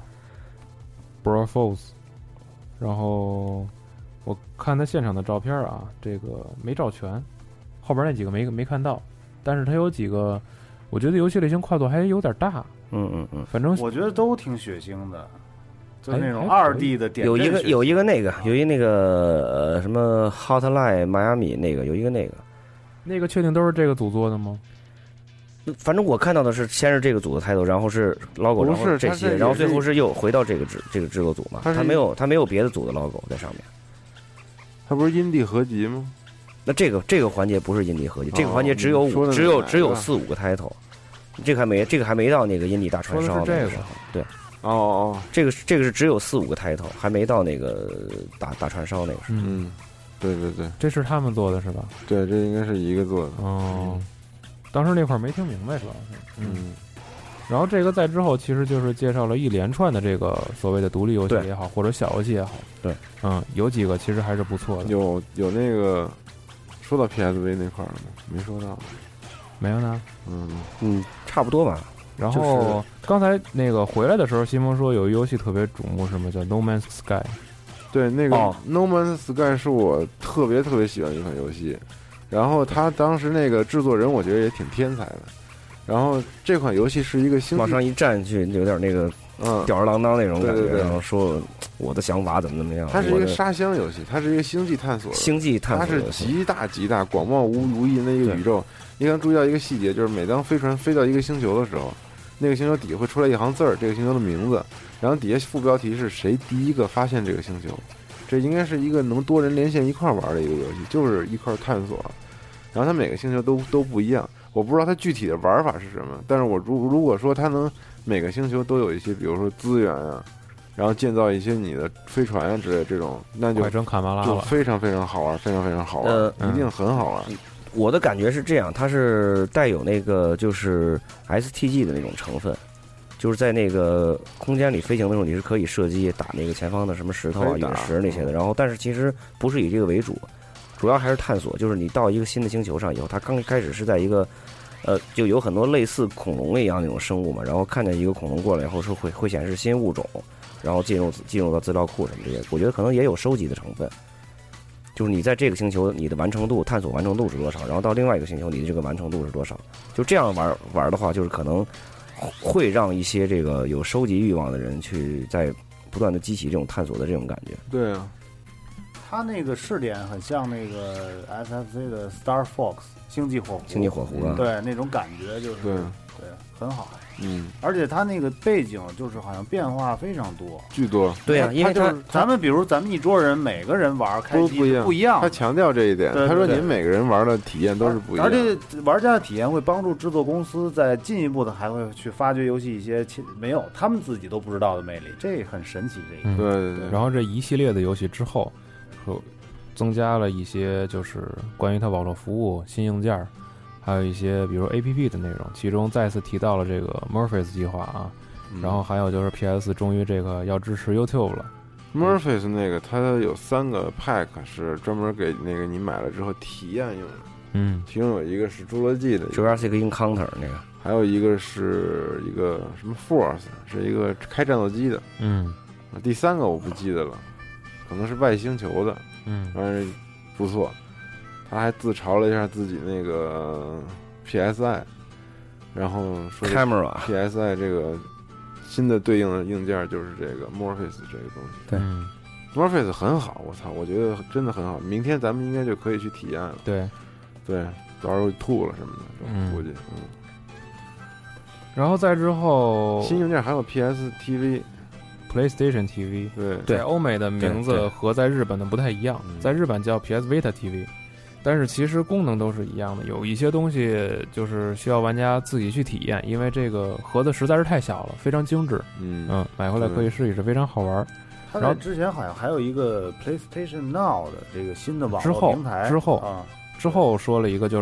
title。Brawl Force， 然后我看他现场的照片啊，这个没照全，后边那几个没看到，但是他有几个，我觉得游戏类型跨度还有点大。反正我觉得都挺血腥的，就那种2D 的点。 有一个那个什么 Hotline Miami 那个有一个那个确定都是这个组做的吗？ 反正我看到的是，先是这个组的抬头，然后是 logo， 然后这些，然后最后是又回到这个制作组嘛。他没有别的组的 logo 在上面。 他不是阴地合集吗？ 那这个环节不是阴地合集，这个环节只有4-5个title，这个还没到那个阴地大串烧的时候。对。这个是只有4-5个title，还没到那个大串烧那个时候。 对， 这是他们做的是吧？ 对，这应该是一个做的。 当时那块没听明白，主要是然后这个在之后其实就是介绍了一连串的这个所谓的独立游戏也好，或者小游戏也好。 对， 有几个其实还是不错的。 有那个说到 PSV 那块了吗？没说到。 没有呢。 差不多吧。 然后刚才那个回来的时候，西蒙说有一游戏特别瞩目，什么叫 No Man's Sky？ 对，那个 No Man's Sky 是我特别喜欢的一款游戏。然后他当时那个制作人，我觉得也挺天才的。然后这款游戏是一个往上一站去，有点那个吊儿郎当那种感觉。对，然后说我的想法怎么样。 它是一个沙箱游戏，它是一个星际探索它是极大广袤无垠的一个宇宙。你刚注意到一个细节，就是每当飞船飞到一个星球的时候，那个星球底下会出来一行字儿，这个星球的名字，然后底下副标题是谁第一个发现这个星球。这应该是一个能多人连线一块玩的一个游戏，就是一块探索。然后它每个星球都不一样，我不知道它具体的玩法是什么，但是我如果说它能每个星球都有一些，比如说资源啊，然后建造一些你的飞船啊之类的这种，那就非常好玩，非常好玩，一定很好玩。 我的感觉是这样，它是带有那个就是 STG 的那种成分。就是在那个空间里飞行的时候，你是可以射击打那个前方的什么石头啊、陨石那些的。然后，但是其实不是以这个为主，主要还是探索。就是你到一个新的星球上以后，它刚开始是在一个，就有很多类似恐龙一样那种生物嘛。然后看见一个恐龙过来以后，说会显示新物种，然后进入到资料库什么这些。我觉得可能也有收集的成分。就是你在这个星球你的探索完成度是多少，然后到另外一个星球你的这个完成度是多少。就这样玩的话，就是可能。会让一些这个有收集欲望的人去在不断的激起这种探索的这种感觉。 对啊， 他那个试点很像那个 SFC 的 Star Fox 星际火狐，对那种感觉就是对很好。而且他那个背景就是好像变化非常多， 巨多。 对啊，因为咱们比如咱们一桌人每个人玩开机不一样， 他强调这一点。他说你们每个人玩的体验都是不一样， 而且玩家的体验会帮助制作公司在进一步的还会去发掘游戏一些没有他们自己都不知道的魅力，这很神奇。这个对。 然后这一系列的游戏之后，增加了一些就是关于它网络服务新硬件。还有一些比如 APP 的内容，其中再次提到了这个 Morpheus 计划啊，然后还有就是 PS 终于这个要支持 YouTube 了， Morpheus 那个它有3个 pack 是专门给那个你买了之后体验用的，其中有一个是侏罗纪的 Jurassic Encounter 那个， 还有一个是一个什么 Force， 是一个开战斗机的，第3个我不记得了，可能是外星球的，反正不错。他还自嘲了一下自己那个 PSI， 然后说 Camera PSI 这个新的对应的硬件就是这个 Morpheus 这个东西。 对 ，Morpheus 很好，我操，我觉得真的很好。明天咱们应该就可以去体验了。 对， 到时候吐了什么的，估计。 然后再之后， 新硬件还有 PS TV。PlayStation TV， 对， 在欧美的名字和在日本的不太一样，在日本叫 PS Vita TV， 但是其实功能都是一样的，有一些东西就是需要玩家自己去体验，因为这个盒子实在是太小了，非常精致，买回来可以试一试，非常好玩。 它在之前好像还有一个 PlayStation Now 的这个新的网络平台， 之后说了一个就是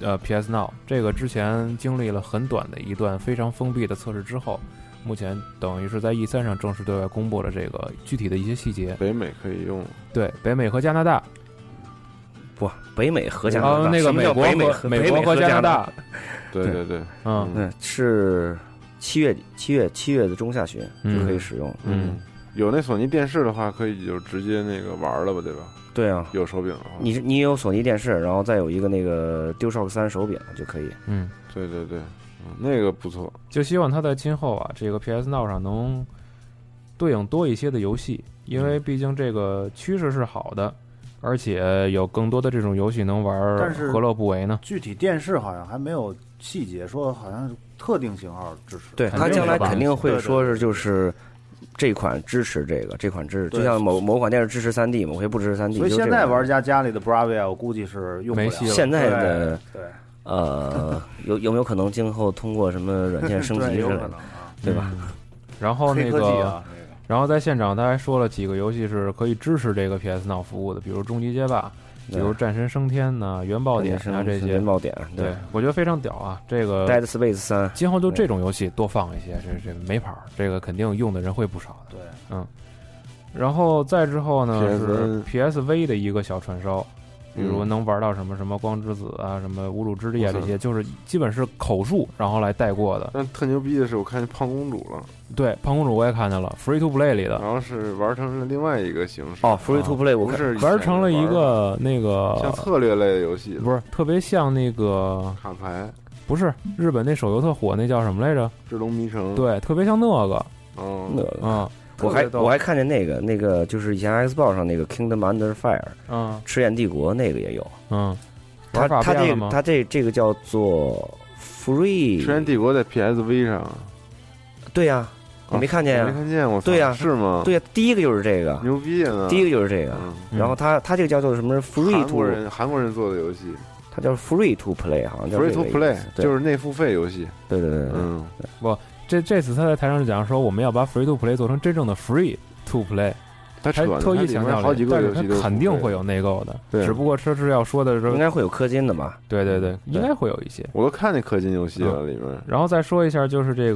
PS Now， 这个之前经历了很短的一段非常封闭的测试之后。目前等于是在 E3 上正式对外公布了这个具体的一些细节。 北美可以用， 对，北美和加拿大， 不，北美和加拿大， 那个美国和加拿大， 对， 是7月的中下旬就可以使用。 有那索尼电视的话，可以就直接那个玩了吧，对吧？ 对啊， 有手柄的话， 你有索尼电视，然后再有一个那个 DualShock 3手柄就可以。 对。那个不错， 就希望它在今后啊，这个 PS Now 上能对应多一些的游戏，因为毕竟这个趋势是好的，而且有更多的这种游戏能玩， 但是何乐不为呢？ 具体电视好像还没有细节说，好像特定型号支持。 对，它将来肯定会说是就是这款支持这款支持，就像某款电视支持 3D， 某些不支持 3D。 所以现在玩家里的 Bravia 我估计是用不了。 现在的有没有可能今后通过什么软件升级之类的，对吧？ 然后然后在现场他还说了几个游戏是可以支持这个 PS Now 服务的，比如终极街霸，比如战神升天呐、原爆点啊这些。 原爆点， 对，我觉得非常屌啊！这个 Dead Space 3， 今后就这种游戏多放一些，这没跑，这个肯定用的人会不少的。 对， 然后再之后呢是 PSV 的一个小串烧。比如能玩到什么光之子啊，什么无主之地啊，这些就是基本是口述然后来带过的。 但特牛逼的是，我看见胖公主了。 对，胖公主我也看见了 ，Free to Play 里的。 然后是玩成了另外一个形式。 Free to Play 我不是玩成了一个那个像策略类的游戏， 不是特别像那个卡牌， 不是日本那手游特火那叫什么来着？ 智龙迷城。 对，特别像那个。 那个我还看见那个就是以前 Xbox 上那个 Kingdom Under Fire， 赤焰帝国那个也有，它这个叫做 Free， 赤焰帝国在 PSV 上， 对呀，你没看见呀？ 没看见我， 对呀， 是吗？ 对呀，第一个就是这个， 牛逼啊！ 第一个就是这个，然后它这个叫做什么 Free to， 韩国人做的游戏， 它叫 Free to Play， 好像叫 Free to Play， 就是内付费游戏， 对， 不。这次他在台上讲说，我们要把 Free to Play 做成真正的 Free to Play， 他特意强调了，但是他肯定会有内购的，只不过这是要说的时候， 应该会有氪金的吧？ 对，应该会有一些。 我都看那氪金游戏了里面。 然后再说一下，就是这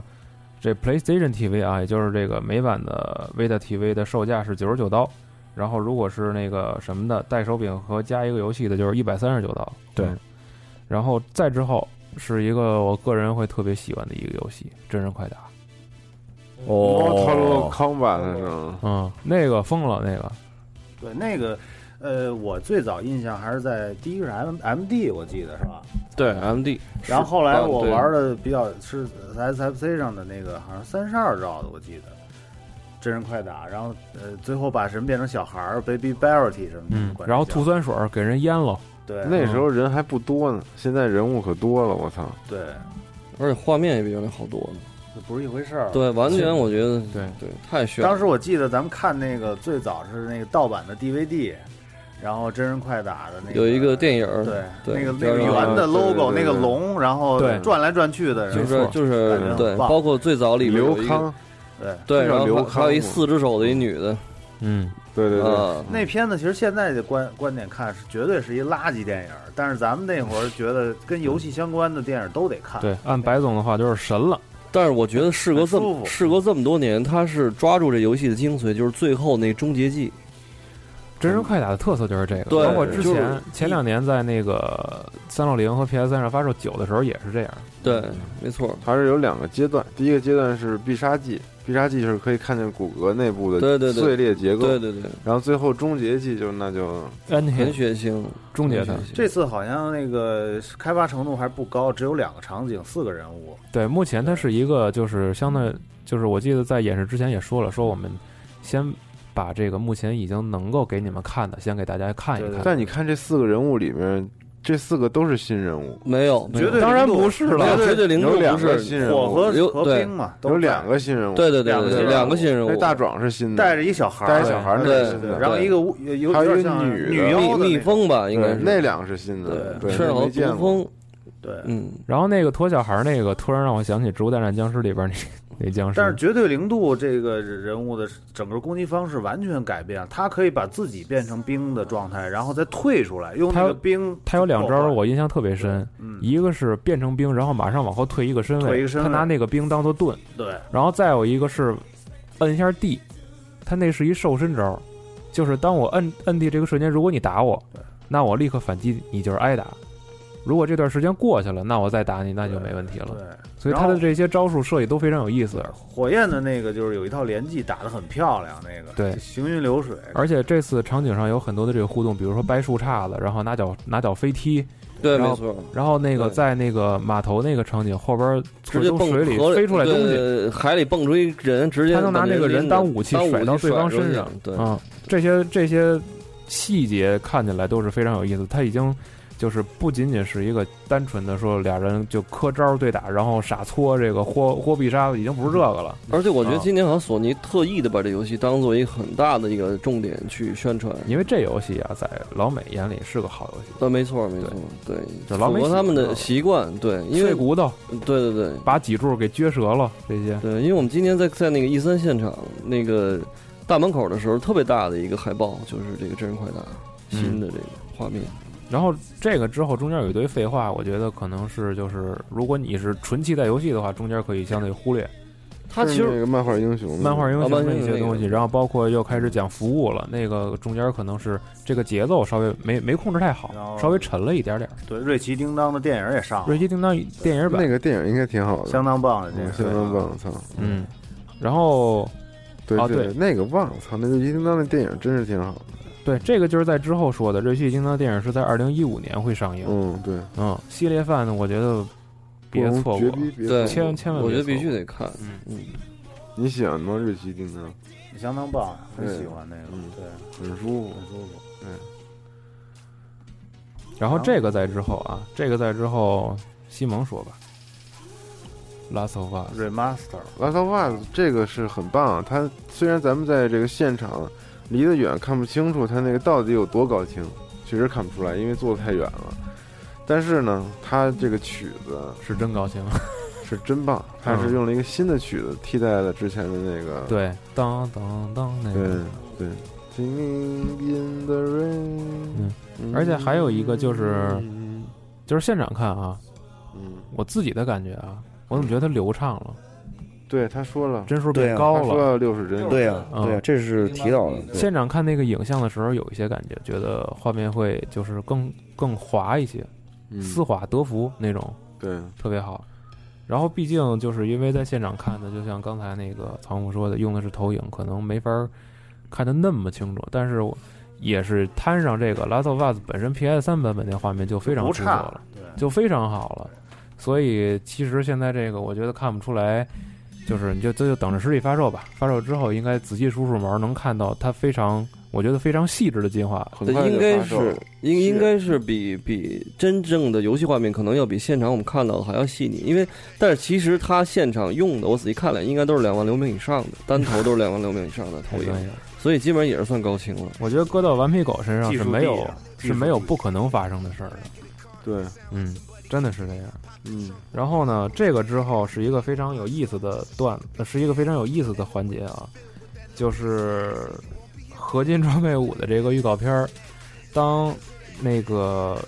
PlayStation TV 啊，也就是这个美版的 Vita TV 的售价是99刀，然后如果是那个什么的带手柄和加一个游戏的，就是139刀。 对， 然后再之后。是一个我个人会特别喜欢的一个游戏，真人快打。 Mortal Kombat 是吗？ 那个疯了，那个。 对，那个，我最早印象还是在第一个是 MD， 我记得是吧？ 对 MD。 然后后来我玩的比较是 SFC 上的那个，好像32兆的，我记得。真人快打，然后最后把人变成小孩儿 ，Baby Barrety 什么的。 然后吐酸水给人淹了。 对， 那时候人还不多呢，现在人物可多了，我操！ 对， 而且画面也比原来好多了， 这不是一回事儿。 对，完全我觉得对， 太炫了。 当时我记得咱们看那个最早是那个盗版的 DVD， 然后真人快打的那个有一个电影， 对，那个圆的 logo， 那个龙，然后转来转去的， 就是对，包括最早里面刘康， 对，然后还有一4只手的一女的， 对， 那片子其实现在的观点看是绝对是一垃圾电影，但是咱们那会儿觉得跟游戏相关的电影都得看。 对，按白总的话就是神了。 但是我觉得事隔这么多年，他是抓住这游戏的精髓，就是最后那终结技。 真人快打的特色就是这个， 对， 包括之前2年在那个360和 PS3 上发售9的时候也是这样。 对，没错， 它是有2个阶段，第一个阶段是必杀技，必杀技是可以看见骨骼内部的碎裂结构， 对， 然后最后终结技那就很血腥， 终结它。 这次好像那个开发程度还不高，只有2个场景，4个人物。 对，目前它是一个就是相当于就是我记得在演示之前也说了，说我们先把这个目前已经能够给你们看的，先给大家看一看。 但你看这4个人物里面，这4个都是新人物， 没有， 绝对当然不是了， 绝对零度不是新人物， 火和冰嘛， 有2个新人物， 对，2个新人物， 那大壮是新的， 带着一小孩， 对， 然后一个还有一个女妖蜜蜂吧，应该是那2个是新的，对， 是好毒蜂， 对， 然后那个拖小孩那个，突然让我想起《植物大战僵尸》里边那僵尸。 但是绝对零度这个人物的整个攻击方式完全改变，他可以把自己变成冰的状态，然后再退出来，用那个冰。 他有2招我印象特别深，一个是变成冰，然后马上往后退一个身位，他拿那个冰当做盾。 对， 然后再有一个是摁一下地，他那是一瘦身招，就是当我摁地这个瞬间，如果你打我，那我立刻反击，你就是挨打。如果这段时间过去了，那我再打你，那就没问题了。 对， 所以他的这些招数设计都非常有意思。 火焰的那个就是有一套连技打得很漂亮，那个对行云流水。 而且这次场景上有很多的这个互动，比如说掰树杈子，然后拿脚飞踢。 对，没错。 然后那个在那个码头那个场景后边， 直接蹦水里飞出来东西， 海里蹦出一人，直接他能拿那个人当武器甩到对方身上。 对， 这些细节看起来都是非常有意思。他已经。就是不仅仅是一个单纯的说俩人就磕招对打，然后傻搓这个豁必杀，已经不是这个了。 而且我觉得今年好像索尼特意的把这游戏当做一个很大的一个重点去宣传， 因为这游戏啊，在老美眼里是个好游戏。 没错，对， 就老美符合他们的习惯，对，因为碎骨头， 对， 把脊柱给撅折了这些。 对，因为我们今年在那个E3现场那个大门口的时候，特别大的一个海报，就是这个真人快打新的这个画面。 然后这个之后中间有一堆废话，我觉得可能是就是如果你是纯期待游戏的话，中间可以相对忽略。 它其实那个漫画英雄的一些东西，然后包括又开始讲服务了，那个中间可能是这个节奏稍微没控制太好，稍微沉了一点点。 对，瑞奇叮当的电影也上了， 瑞奇叮当电影版那个电影应该挺好的， 相当棒的电影， 相当棒，操， 然后对，那个忘了，操，那瑞奇叮当的电影真是挺好的。 对，这个就是在之后说的，瑞奇叮当电影是在2015年会上映。 对， 系列番呢，我觉得别错过， 对， 千万我觉得必须得看。 你喜欢吗？瑞奇叮当相当棒，很喜欢那个， 对，很舒服。对。 然后这个在之后啊，西蒙说吧。Last of Us Remaster，Last of Us 这个是很棒。它虽然咱们在这个现场离得远看不清楚它那个到底有多高清，确实看不出来，因为坐得太远了。但是呢，它这个曲子是真高清， 是真棒。它是用了一个新的曲子替代了之前的那个， 对，当当当那个， 对。Singing in the rain， 而且还有一个就是现场看啊，我自己的感觉啊，我怎么觉得它流畅了？ 对，他说了， 帧数变高了， 他说要60帧。 对呀，这是提到的。 现场看那个影像的时候，有一些感觉，觉得画面会就是更滑一些，丝滑得服那种， 对， 特别好。然后毕竟就是因为在现场看的，就像刚才那个曹木说的，用的是投影，可能没法看得那么清楚，但是也是摊上这个 Last of Us 本身 PS3 版本那画面就非常出色了，就非常好了。所以其实现在这个我觉得看不出来，就是你就等着实体发售吧。发售之后应该仔细数数毛，能看到它我觉得非常细致的进化。 应该是比真正的游戏画面可能要比现场我们看到的还要细腻。但是其实它现场用的，我仔细看了，应该都是2万流明以上的，单头都是2万流明以上的投影。所以基本上也是算高清了。 我觉得搁到顽皮狗身上是没有不可能发生的事儿的。 对， 真的是这样。然后呢，这个之后是一个非常有意思的是一个非常有意思的环节啊，就是合金装备5的这个预告片儿，当那个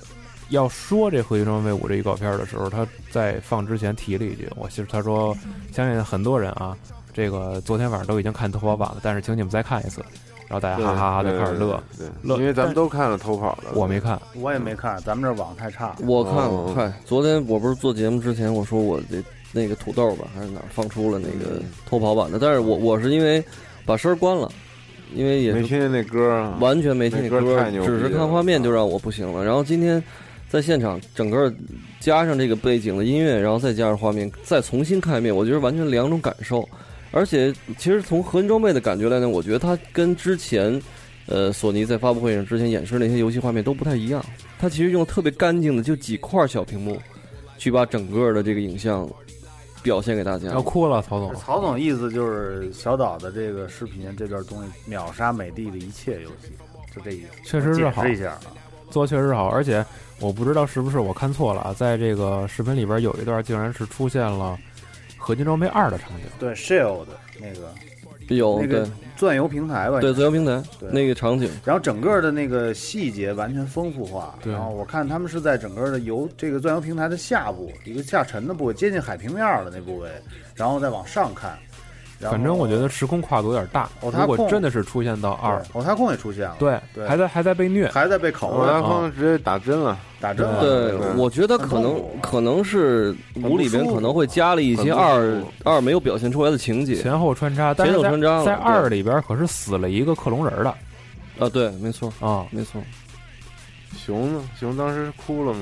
要说这合金装备5这预告片的时候，他在放之前提了一句，他说相信很多人啊，这个昨天晚上都已经看偷跑版了，但是请你们再看一次。然后大家哈哈哈就开始乐， 因为咱们都看了偷跑的， 我没看， 我也没看，咱们这网太差。 我看了，看昨天我不是做节目之前我说我那个土豆吧还是哪儿放出了那个偷跑版的，但是我是因为把声关了，因为也没听见那歌啊， 完全没听见歌， 太牛逼了， 只是看画面就让我不行了。然后今天在现场整个加上这个背景的音乐，然后再加上画面，再重新看一遍，我觉得完全两种感受。而且，其实从合金装备的感觉来呢，我觉得它跟之前，索尼在发布会上之前演示那些游戏画面都不太一样。它其实用特别干净的就几块小屏幕，去把整个的这个影像表现给大家。 要哭了，曹总。 曹总意思就是小岛的这个视频这段东西秒杀美的的一切游戏，就这意思。 确实是好， 解释一下， 做确实好。而且我不知道是不是我看错了啊，在这个视频里边有一段竟然是出现了合金装备2的场景， 对 Shield 那个有那个钻油平台吧， 对钻油平台那个场景， 然后整个的那个细节完全丰富化。然后我看他们是在整个的这个钻油平台的下部一个下沉的部位，接近海平面的那部位，然后再往上看。 反正我觉得时空跨度有点大。如果真的是出现到2， 欧塔控也出现了， 对，还在被虐， 还在被拷问。 欧塔控直接打针了。 对，我觉得可能是5里边可能会加了一些二没有表现出来的情节， 前后穿插。但是在2里边可是死了一个克隆人的。 啊，对，没错啊， 没错。 熊呢？熊当时哭了吗？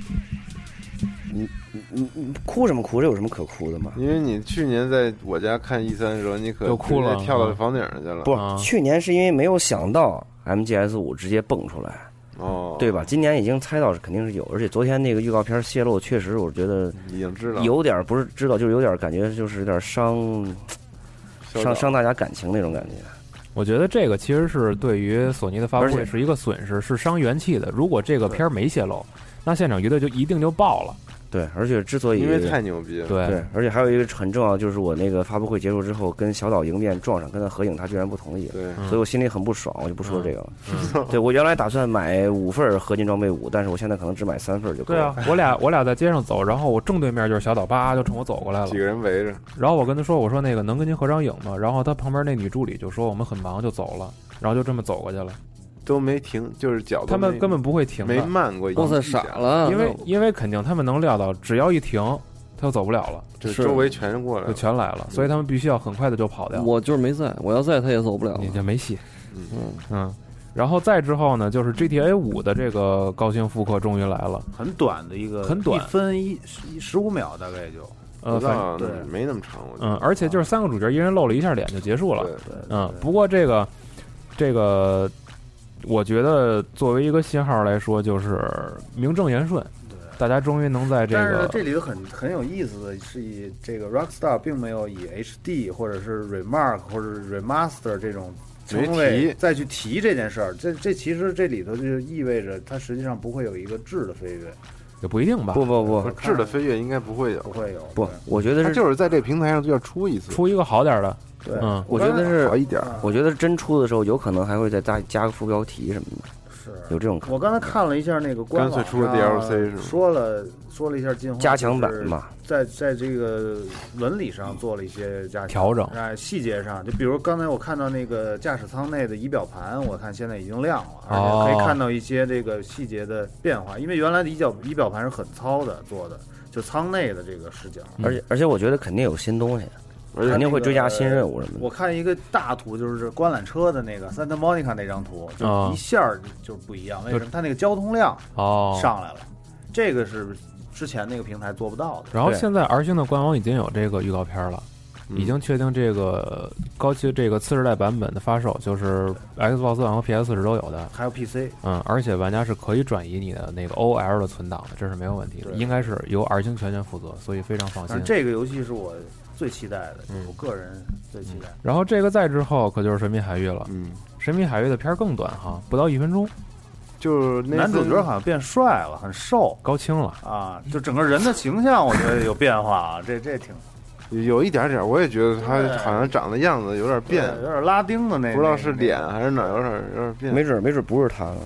你哭什么哭？这有什么可哭的吗？ 因为你去年在我家看E3的时候，你可就哭了， 跳到房顶上去了。 不，去年是因为没有想到 MGS5 直接蹦出来， 哦， 对吧？今年已经猜到是肯定是有，而且昨天那个预告片泄露，确实我觉得已经知道， 有点不是知道，就是有点感觉，就是有点伤大家感情那种感觉。 我觉得这个其实是对于索尼的发布会是一个损失，是伤元气的。如果这个片没泄露，那现场乐队就一定就爆了。 对，而且之所以因为太牛逼了， 对，而且还有一个很重要，就是我那个发布会结束之后跟小岛迎面撞上，跟他合影，他居然不同意， 对， 所以我心里很不爽，我就不说这个了。对，我原来打算买5份合金装备5，但是我现在可能只买3份就够了。 对啊，我俩在街上走，然后我正对面就是小岛，就冲我走过来了， 几个人围着， 然后我跟他说，我说那个能跟您合张影吗？然后他旁边那女助理就说我们很忙就走了，然后就这么走过去了。 都没停，就是脚他们根本不会停， 没慢过一下。 哇塞，傻了！ 因为肯定他们能料到，只要一停，他就走不了了， 就周围全过来了， 就全来了，所以他们必须要很快的就跑掉。 我就是没在，我要在他也走不了， 你就没戏。然后再之后呢，就是 GTA 5的这个高清复刻终于来了， 很短的一个， 很短，1 分15秒大概也就。 反正对，没那么长。 而且就是3个主角一人露了一下脸就结束了。 对， 不过这个。我觉得作为一个信号来说，就是名正言顺，大家终于能在这个。 但是这里头很有意思的是，以这个 Rockstar 并没有以 HD 或者是 Remark 或者 Remaster 这种称谓再去提这件事儿。这其实这里头就意味着它实际上不会有一个质的飞跃， 也不一定吧？ 不， 质的飞跃应该不会有， 不，我觉得它就是在这平台上就要出一次， 出一个好点的。 对， 我觉得是好一点。 我觉得真出的时候，有可能还会再加个副标题什么的， 是有这种可能。 我刚才看了一下那个官网上， 干脆出个 DLC 是吗？ 说了一下进化加强版嘛， 在这个纹理上做了一些加强调整， 细节上，就比如刚才我看到那个驾驶舱内的仪表盘，我看现在已经亮了，而且可以看到一些这个细节的变化，因为原来的仪表盘是很糙的做的，就舱内的这个视角， 而且我觉得肯定有新东西。肯定会追加新任务什么的。 我看一个大图，就是观览车的那个 Santa Monica 那张图，就一下就不一样。为什么？它那个交通量上来了，这个是之前那个平台做不到的。 然后现在 R 星的官网已经有这个预告片了，已经确定这个这个次世代版本的发售，就是 Xbox One 和 PS4 都有的， 还有 PC。 而且玩家是可以转移你的那个 OL 的存档的，这是没有问题的，应该是由 R 星全权负责，所以非常放心。 这个游戏是我最期待的，我个人最期待。 然后这个再之后可就是神秘海域了，神秘海域的片更短哈，不到1分钟， 就是男主角好像变帅了，很瘦， 高清了啊，就整个人的形象我觉得有变化啊，这挺有一点点，我也觉得他好像长的样子有点变， 有点拉丁的那， 不知道是脸还是哪有点变， 没准不是他了。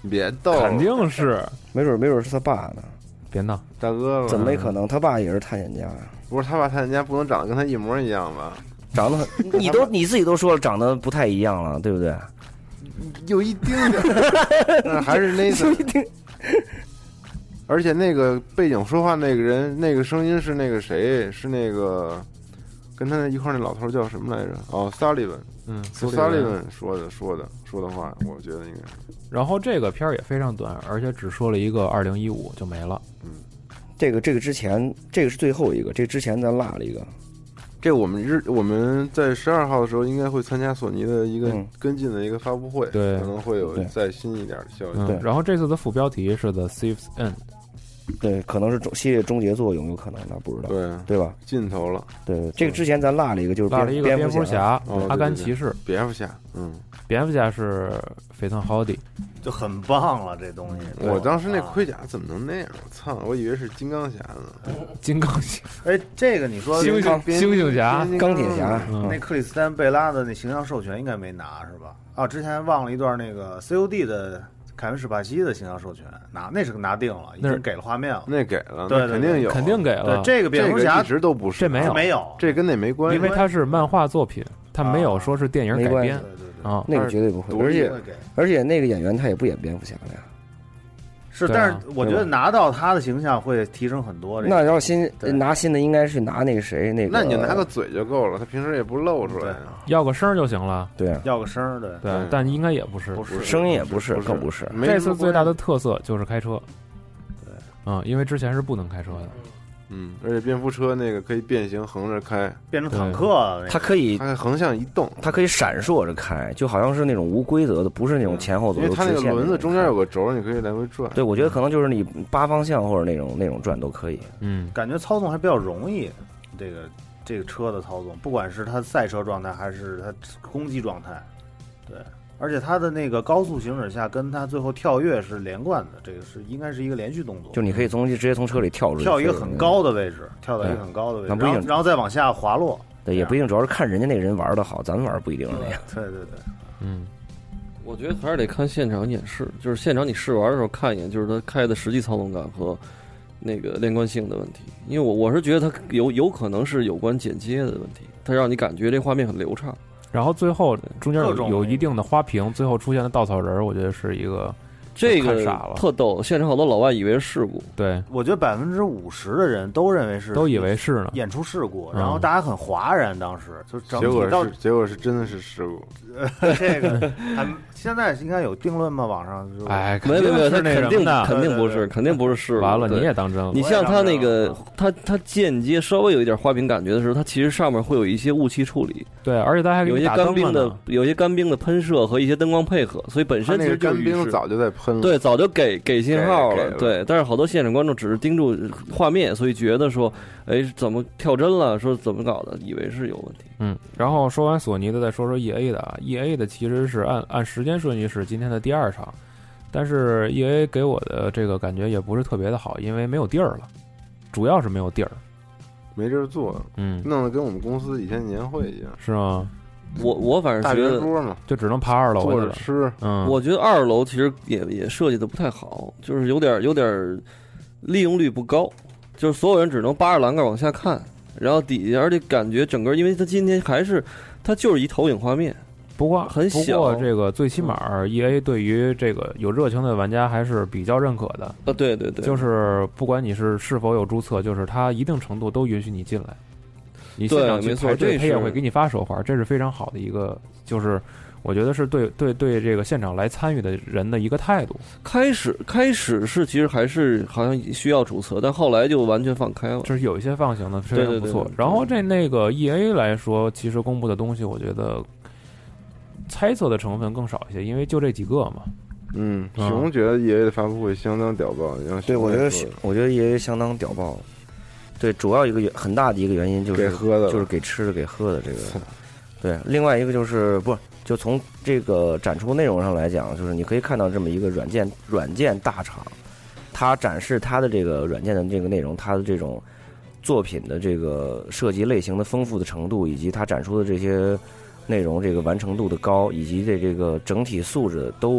别逗， 肯定是， 没准是他爸呢。 别闹， 大哥了， 怎么没可能？他爸也是探险家呀。 不是他爸探险家不能长得跟他一模一样吧？ 长得你自己都说了，长得不太一样了，对不对？ 有一丁点，还是那个。而且那个背景说话那个人，那个声音是那个谁？是那个跟他一块那老头叫什么来着？哦，萨利文。萨利文说的话，我觉得应该是。 然后这个片儿也非常短，而且只说了一个2015就没了。 这个之前，这个是最后一个，这之前咱落了一个。 这我们在12号的时候应该会参加索尼的一个跟进的一个发布会， 对， 可能会有再新一点的消息。 对， 然后这次的副标题是 The Thief's End。 对，可能是系列终结作用，有可能的，不知道，对吧？ 尽头了。 对，这个之前咱落了一个，就是蝙蝠侠、阿甘骑士、 蝙蝠侠， 蝙蝠侠是菲特豪迪， 就很棒了，这东西。 我当时那盔甲怎么能那样？我操！我以为是金刚侠呢。 金刚侠， 哎，这个你说猩猩侠、 钢铁侠， 那克里斯丹贝拉的那形象授权应该没拿是吧？啊，之前忘了一段那个 COD 的。凯文·史帕西的形象授权那是拿定了，已经给了画面了。 那给了， 对， 肯定给了。 对，这个蝙蝠侠一直都不是， 这没有， 这跟那没关系， 因为它是漫画作品，它没有说是电影改编啊，那个绝对不会。而且那个演员他也不演蝙蝠侠了呀。 是，但是我觉得拿到他的形象会提升很多。 那要拿新的，应该是拿那个谁那个。 那你就拿个嘴就够了，他平时也不露出来， 要个声就行了。 对， 要个声， 对，但应该也不是， 声音也不是，更不是。 这次最大的特色就是开车，对，因为之前是不能开车的。 而且蝙蝠车那个可以变形，横着开， 变成坦克， 它可以横向移动， 它可以闪烁着开，就好像是那种无规则的，不是那种前后左右直线。 因为它那个轮子中间有个轴，你可以来回转。 对，我觉得可能就是你8方向或者那种转都可以。 感觉操纵还比较容易，这个车的操纵，不管是它赛车状态还是它攻击状态，对。而且它的那个高速行驶下，跟它最后跳跃是连贯的，这个应该是一个连续动作。 就你可以直接从车里跳出去， 跳一个很高的位置，跳到一个很高的位置，然后再往下滑落。 对，也不一定，主要是看人家那人玩的好，咱们玩不一定是那样。 对， 我觉得还是得看现场演示，就是现场你试玩的时候看一眼，就是它开的实际操纵感和那个连贯性的问题。因为我是觉得它有可能是有关剪接的问题，它让你感觉这画面很流畅。 然后最后中间有一定的花屏，最后出现的稻草人，我觉得是一个这个看傻了， 特逗。现场好多老外以为是事故， 对， 我觉得50%的人都认为是， 都以为是呢， 演出事故，然后大家很哗然，当时就整体结果是真的是事故。 这个现在应该有定论吗？网上就没有，他肯定不是，肯定不是事故。 完了，你也当真了。 你像他那个，他间接稍微有一点花屏感觉的时候，它其实上面会有一些雾气处理。 对，而且它还有一些干冰的喷射和一些灯光配合，所以本身其实干冰早就在喷了。 对，早就给信号了。对，但是好多现场观众只是盯住画面，所以觉得说，哎，怎么跳帧了？说怎么搞的？以为是有问题。 然后说完索尼的，再说说 EA 的啊。EA 的其实是按时间顺序是今天的第2场，但是 EA 给我的这个感觉也不是特别的好，因为没有地儿了，主要是没有地儿， 没地儿做，弄得跟我们公司以前年会一样， 是吗？ 我反正觉得桌嘛， 就只能爬2楼坐着吃。 我觉得2楼其实也设计的不太好，就是有点利用率不高，就是所有人只能扒着栏杆往下看，然后底下，而且感觉整个，因为它今天它就是一投影画面。 不过很小， 不过这个最起码 EA 对于这个有热情的玩家还是比较认可的。 对， 就是不管你是否有注册，就是它一定程度都允许你进来。你现场去排队，他也会给你发手环，这是非常好的一个，就是我觉得是对这个现场来参与的人的一个态度。 开始是其实还是好像需要注册，但后来就完全放开了， 就是有一些放行的非常不错。然后那个 EA 来说，其实公布的东西，我觉得猜测的成分更少一些，因为就这几个嘛。 熊觉得 EA 的发布会相当屌爆， 对，我觉得 EA 相当屌爆。对，主要很大的一个原因就是给喝的， 就是给吃的给喝的这个。对，另外一个就是就从这个展出内容上来讲，就是你可以看到这么一个软件大厂，它展示它的这个软件的这个内容，它的这种作品的这个设计类型的丰富的程度，以及它展出的这些内容这个完成度的高，以及这个整体素质都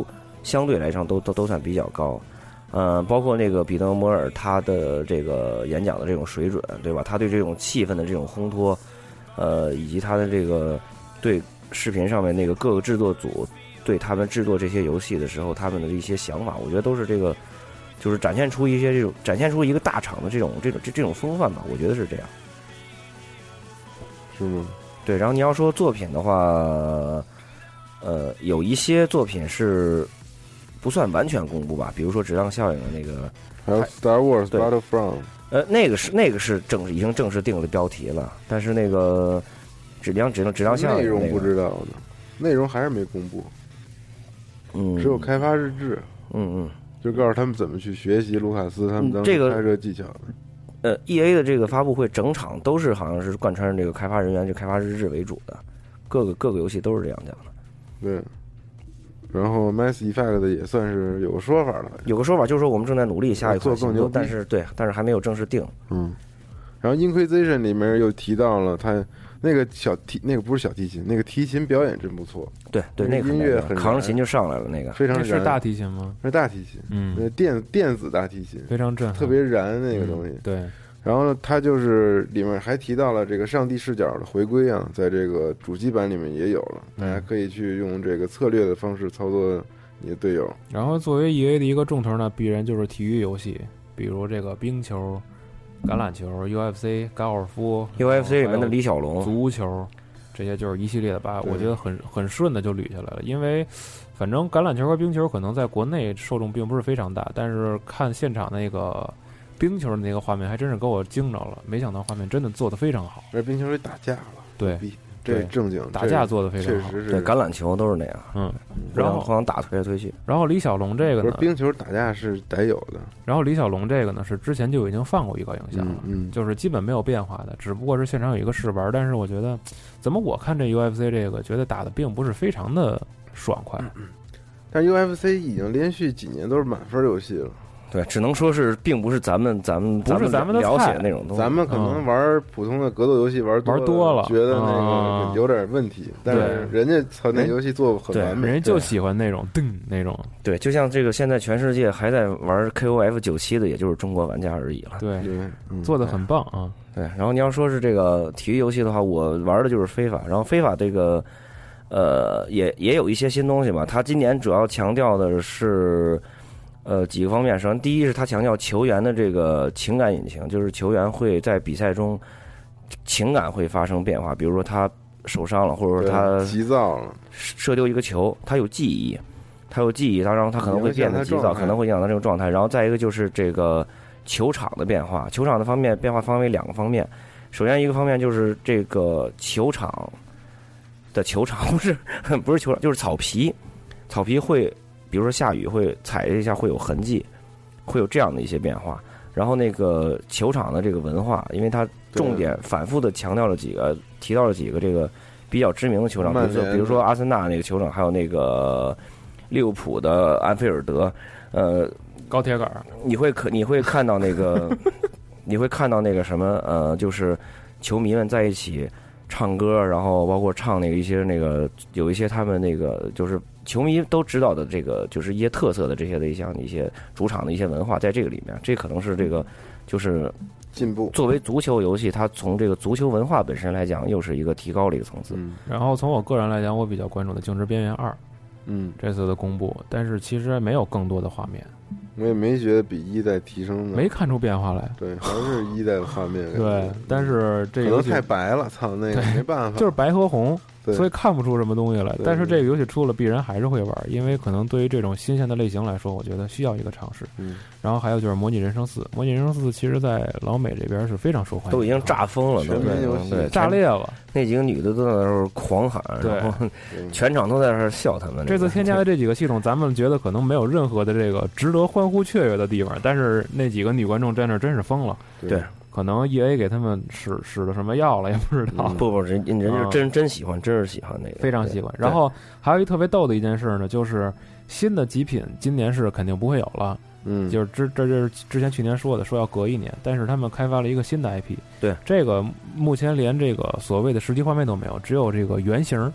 相对来上都算比较高。包括那个彼得摩尔他的这个演讲的这种水准，对吧？他对这种气氛的这种烘托，以及他的这个对视频上面那个各个制作组对他们制作这些游戏的时候他们的一些想法，我觉得都是这个，就是展现出一个大厂的这种风范吧，我觉得是这样。 是吗？ 对，然后你要说作品的话，有一些作品是不算完全公布吧，比如说质量效应的那个， 还有 Star Wars Battlefront， 那个是已经正式定了标题了，但是那个质量效应、 内容不知道的，内容还是没公布，只有开发日志，就告诉他们怎么去学习卢卡斯他们当时拍摄技巧的。 EA 的这个发布会整场都是好像是贯穿这个开发人员、这开发日志为主的，各个游戏都是这样讲的。 对。然后 Mass Effect 也算是有个说法了， 有个说法就是说我们正在努力下一款做更牛， 但是还没有正式定。 然后 Inquisition 里面又提到了他那个那个不是小提琴，那个提琴表演真不错。 对，那个音乐很扛着琴就上来了，那个非常是大提琴吗？ 是大提琴，电子大提琴， 非常震撼， 特别燃那个东西。 对。 然后呢，它就是里面还提到了这个上帝视角的回归啊，在这个主机版里面也有了，大家可以去用这个策略的方式操作你的队友。 然后作为 EA 的一个重头呢，必然就是体育游戏，比如这个冰球、橄榄球、UFC、高尔夫、 UFC 里面的李小龙、 足球，这些就是一系列的吧，我觉得很顺的就捋下来了。因为反正橄榄球和冰球可能在国内受众并不是非常大，但是看现场那个冰球的那个画面还真是给我惊着了，没想到画面真的做得非常好。 而冰球里打架了， 对， 这正经打架做得非常好， 确实是。 对，橄榄球都是那样，然后互相打推来推去。 然后李小龙这个呢， 冰球打架是得有的。 然后李小龙这个呢，是之前就已经放过预告影像了，就是基本没有变化的，只不过是现场有一个试玩。但是我觉得，怎么我看这 UFC 这个，觉得打的并不是非常的爽快。 但 UFC 已经连续几年都是满分游戏了。 对，只能说是并不是咱们不是咱们的了解的那种东西。 咱们可能玩普通的格斗游戏玩多了，觉得那个有点问题。但是人家那游戏做很完美， 人家就喜欢那种那种。 对，就像这个现在全世界还在玩 KOF97的，也就是中国玩家而已了。 对，做的很棒啊。 对，然后你要说是这个体育游戏的话，我玩的就是非法。然后非法这个也有一些新东西吧。他今年主要强调的是。几个方面，首先第一是他强调球员的这个情感引擎，就是球员会在比赛中情感会发生变化，比如说他受伤了，或者说他急躁了， 射丢一个球，他有记忆，然后他可能会变得急躁，可能会影响他这个状态。然后再一个就是这个球场的变化，球场的变化分为两个方面，首先一个方面就是这个球场不是球场，就是草皮会。比如说下雨会踩一下会有痕迹，会有这样的一些变化。然后那个球场的这个文化，因为它重点反复的提到了几个这个比较知名的球场，比如说阿森纳那个球场，还有那个利物浦的安菲尔德， 高铁杆， 你会看到那个你会看到那个什么就是球迷们在一起唱歌，然后包括唱那个一些那个有一些他们那个就是球迷都知道的这个就是一些特色的这些的一些主场的一些文化，在这个里面，这可能是这个就是进步。 作为足球游戏，它从这个足球文化本身来讲，又是一个提高的一个层次。 然后从我个人来讲，我比较关注的《静止边缘2》，这次的公布，但是其实没有更多的画面。 我也没觉得比一代提升的， 没看出变化来。 对，还是一代的画面。 对，但是这个可能太白了，操，那个没办法， 就是白和红，所以看不出什么东西来。但是这个游戏出了，必然还是会玩，因为可能对于这种新鲜的类型来说，我觉得需要一个尝试。然后还有就是《模拟人生4》，《模拟人生4》其实在老美这边是非常受欢迎， 都已经炸疯了， 对， 炸裂了。 那几个女的都在那儿狂喊，然后全场都在那儿笑他们。 这次添加的这几个系统，咱们觉得可能没有任何的这个值得欢呼雀跃的地方，但是那几个女观众在那儿真是疯了。 对， 可能 EA 给他们使了什么药了也不知道。 不，人家真喜欢，真是喜欢那个， 非常喜欢。然后还有一特别逗的一件事呢，就是新的极品今年是肯定不会有了。就是这就是之前去年说要隔1年，但是他们开发了一个新的 IP。 对， 这个目前连这个所谓的实际画面都没有，只有这个原型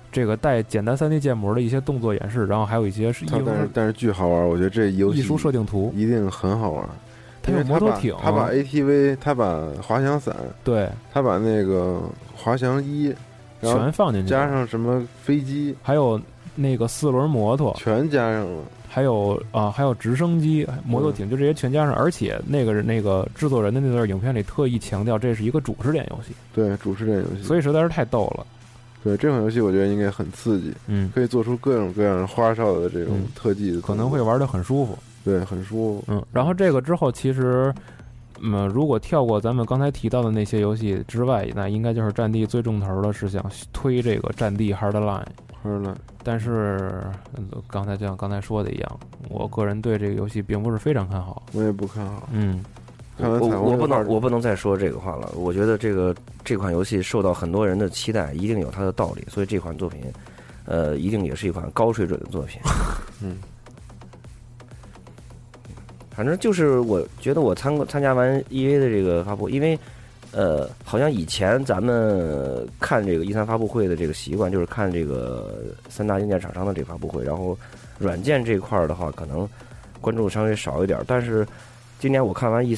这个带简单3D 建模的一些动作演示，然后还有一些但是巨好玩，我觉得这游戏艺术设定图一定很好玩。 它有摩托艇， 他把 ATV， 他把滑翔伞， 对， 他把那个滑翔衣全放进去， 加上什么飞机， 还有那个4轮摩托全加上了， 还有直升机、摩托艇，就这些全加上。而且那个制作人的那段影片里特意强调，这是一个主视点游戏， 对，主视点游戏， 所以实在是太逗了。 对，这款游戏我觉得应该很刺激，可以做出各种各样的花哨的这种特技的， 可能会玩得很舒服。 对，很舒服。 然后这个之后，其实，如果跳过咱们刚才提到的那些游戏之外，那应该就是战地最重头的是想推这个战地 Hardline。但是就像刚才说的一样，我个人对这个游戏并不是非常看好。 我也不看好。 我不能再说这个话了。我觉得这款游戏受到很多人的期待，一定有它的道理，所以这款作品，一定也是一款高水准的作品。反正就是我觉得我参加完 EA 的这个发布，因为好像以前咱们看这个E3发布会的这个习惯就是看这个3大硬件厂商的这个发布会，然后软件这块的话可能关注稍微少一点。但是今年我看完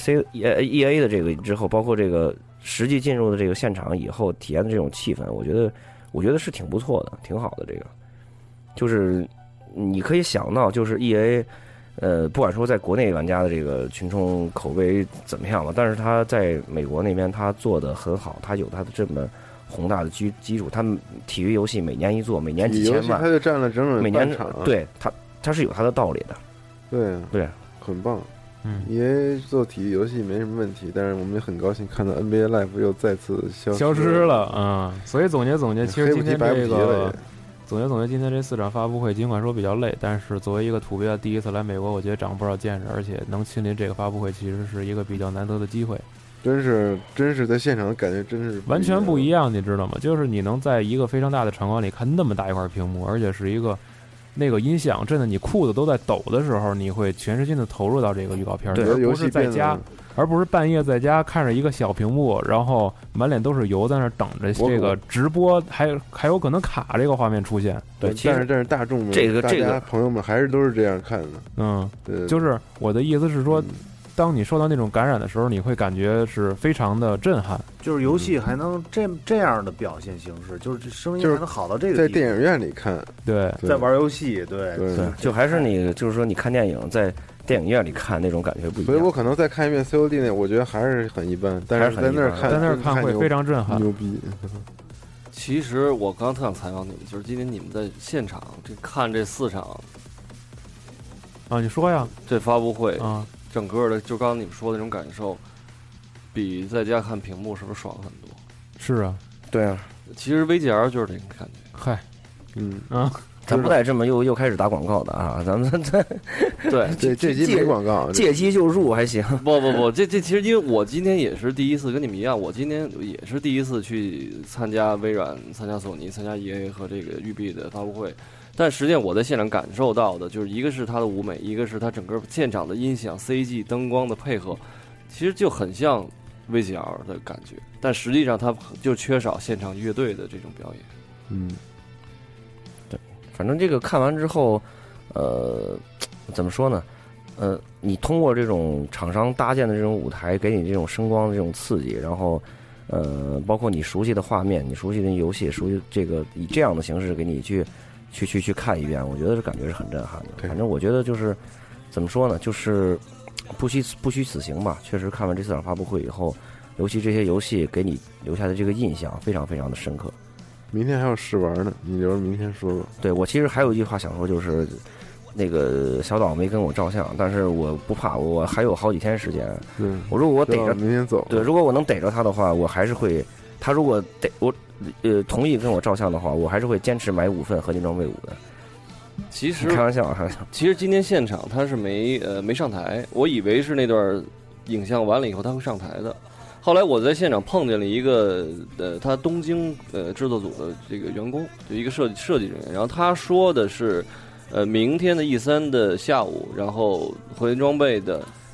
EA 的这个之后，包括这个实际进入的这个现场以后体验的这种气氛，我觉得是挺不错的，挺好的。这个就是你可以想到，就是 EA。不管说在国内玩家的这个群众口碑怎么样吧，但是他在美国那边他做得很好，他有他的这么宏大的基础，他们体育游戏每年一做，每年几千万， 他就占了整每年半场， 对他是有他的道理的，对， 很棒。EA 做体育游戏没什么问题，但是我们也很高兴看到 NBA Live 又再次消失了啊！所以总结，其实今天这个。总结今天这4场发布会，尽管说比较累，但是作为一个土鳖第一次来美国，我觉得长不少见识，而且能亲临这个发布会，其实是一个比较难得的机会。 真是在现场的感觉真是完全不一样，你知道吗？就是你能在一个非常大的场馆里看那么大一块屏幕，而且是一个那个音响，真的你裤子都在抖的时候，你会全身心的投入到这个预告片，而不是在家。而不是半夜在家看着一个小屏幕，然后满脸都是油，在那等着这个直播，还有可能卡这个画面出现。 对，但是大众们这个朋友们还是都是这样看的。 对，就是我的意思是说，当你受到那种感染的时候，你会感觉是非常的震撼。 就是游戏还能这样的表现形式，就是声音还能好到这个地步。 在电影院里看， 对， 在玩游戏，对， 就还是你就是说你看电影在电影院里看那种感觉不一样。 所以我可能再看一遍 COD 那，我觉得还是很一般，但是在那儿看会非常震撼， 牛逼。 其实我刚特想采访你们，就是今天你们在现场看这4场啊，你说呀， 这发布会啊， 整个的就刚刚你们说的那种感受，比在家看屏幕是不是爽很多？ 是啊， 对啊， 其实 VGR 就是这种感觉。 嗨， 咱不带这么又开始打广告的啊！咱们对这集没广告， 借机就入还行。 不，这其实因为我今天也是第一次，跟你们一样，我今天也是第一次去参加微软、参加索尼、参加 EA 和这个育碧的发布会。但实际上我在现场感受到的，就是一个是它的舞美，一个是它整个现场的音响、CG、灯光的配合，其实就很像 VGR 的感觉，但实际上它就缺少现场乐队的这种表演。 对，反正这个看完之后，怎么说呢？你通过这种厂商搭建的这种舞台，给你这种声光的这种刺激，然后包括你熟悉的画面、你熟悉的游戏、熟悉这个以这样的形式给你去看一遍，我觉得这感觉是很震撼的。反正我觉得就是怎么说呢，就是不虚此行吧。确实看完这4场发布会以后，尤其这些游戏给你留下的这个印象非常非常的深刻。 明天还有试玩呢，你留着明天说吧。 对，我其实还有一句话想说，就是那个小岛没跟我照相，但是我不怕，我还有好几天时间。我如果我逮着明天走， 对，如果我能逮着他的话，我还是会。他如果同意跟我照相的话，我还是会坚持买5份合金装备5的。 其实开玩笑， 其实今天现场他是没上台，我以为是那段影像完了以后他会上台的。后来我在现场碰见了一个他东京制作组的这个员工，就一个设计人员，然后他说的是明天的 E3 的下午，然后合金装备的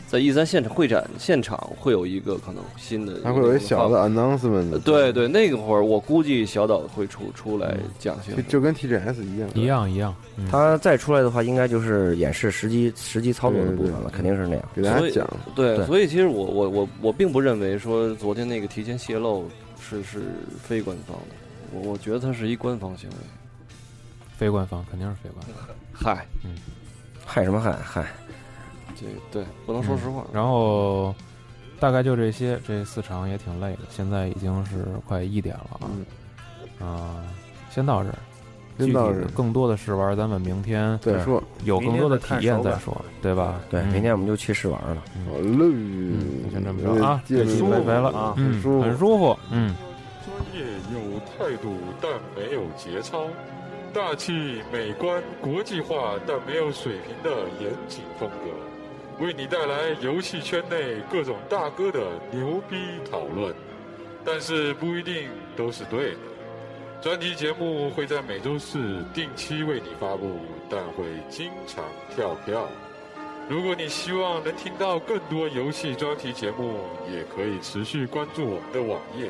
在E3现场会有一个可能新的， 它会有一小的 announcement。 对对，那个会儿我估计小岛会出来讲清楚， 就跟 TGS 一样。 他再出来的话，应该就是演示实际操作的部分了，肯定是那样。 给大家讲。 对，所以其实我并不认为说昨天那个提前泄露是非官方的，我觉得它是一官方行为。 非官方肯定是非官方。 嗨， 害什么害？ 这对不能说实话。 然后大概就这些，这4场也挺累的，现在已经是快1点了啊。先到这儿。具体的更多的试玩，咱们明天再说， 有更多的体验再说，对吧？ 对，明天我们就去试玩了。 好嘞， 先这么着啊， 很舒服了啊，很舒服。 专业有态度，但没有节操；大气美观国际化，但没有水平的严谨风格，为你带来游戏圈内各种大哥的牛逼讨论，但是不一定都是对的。专题节目会在每周4定期为你发布，但会经常跳票。如果你希望能听到更多游戏专题节目，也可以持续关注我们的网页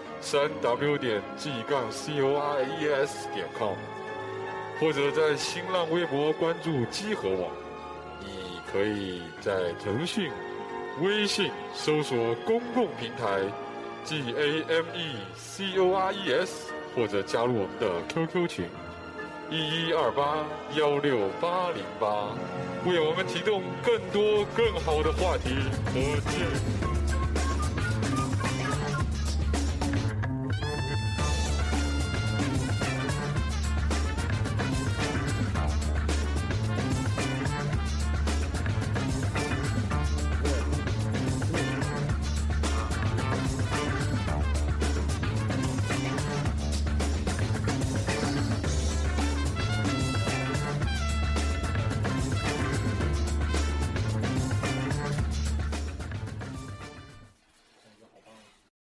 3w.g-cores.com， 或者在新浪微博关注机核网。你可以在腾讯、微信搜索公共平台 GAMECORES，或者加入我们的 QQ 群1128-16808，为我们提供更多更好的话题和建议。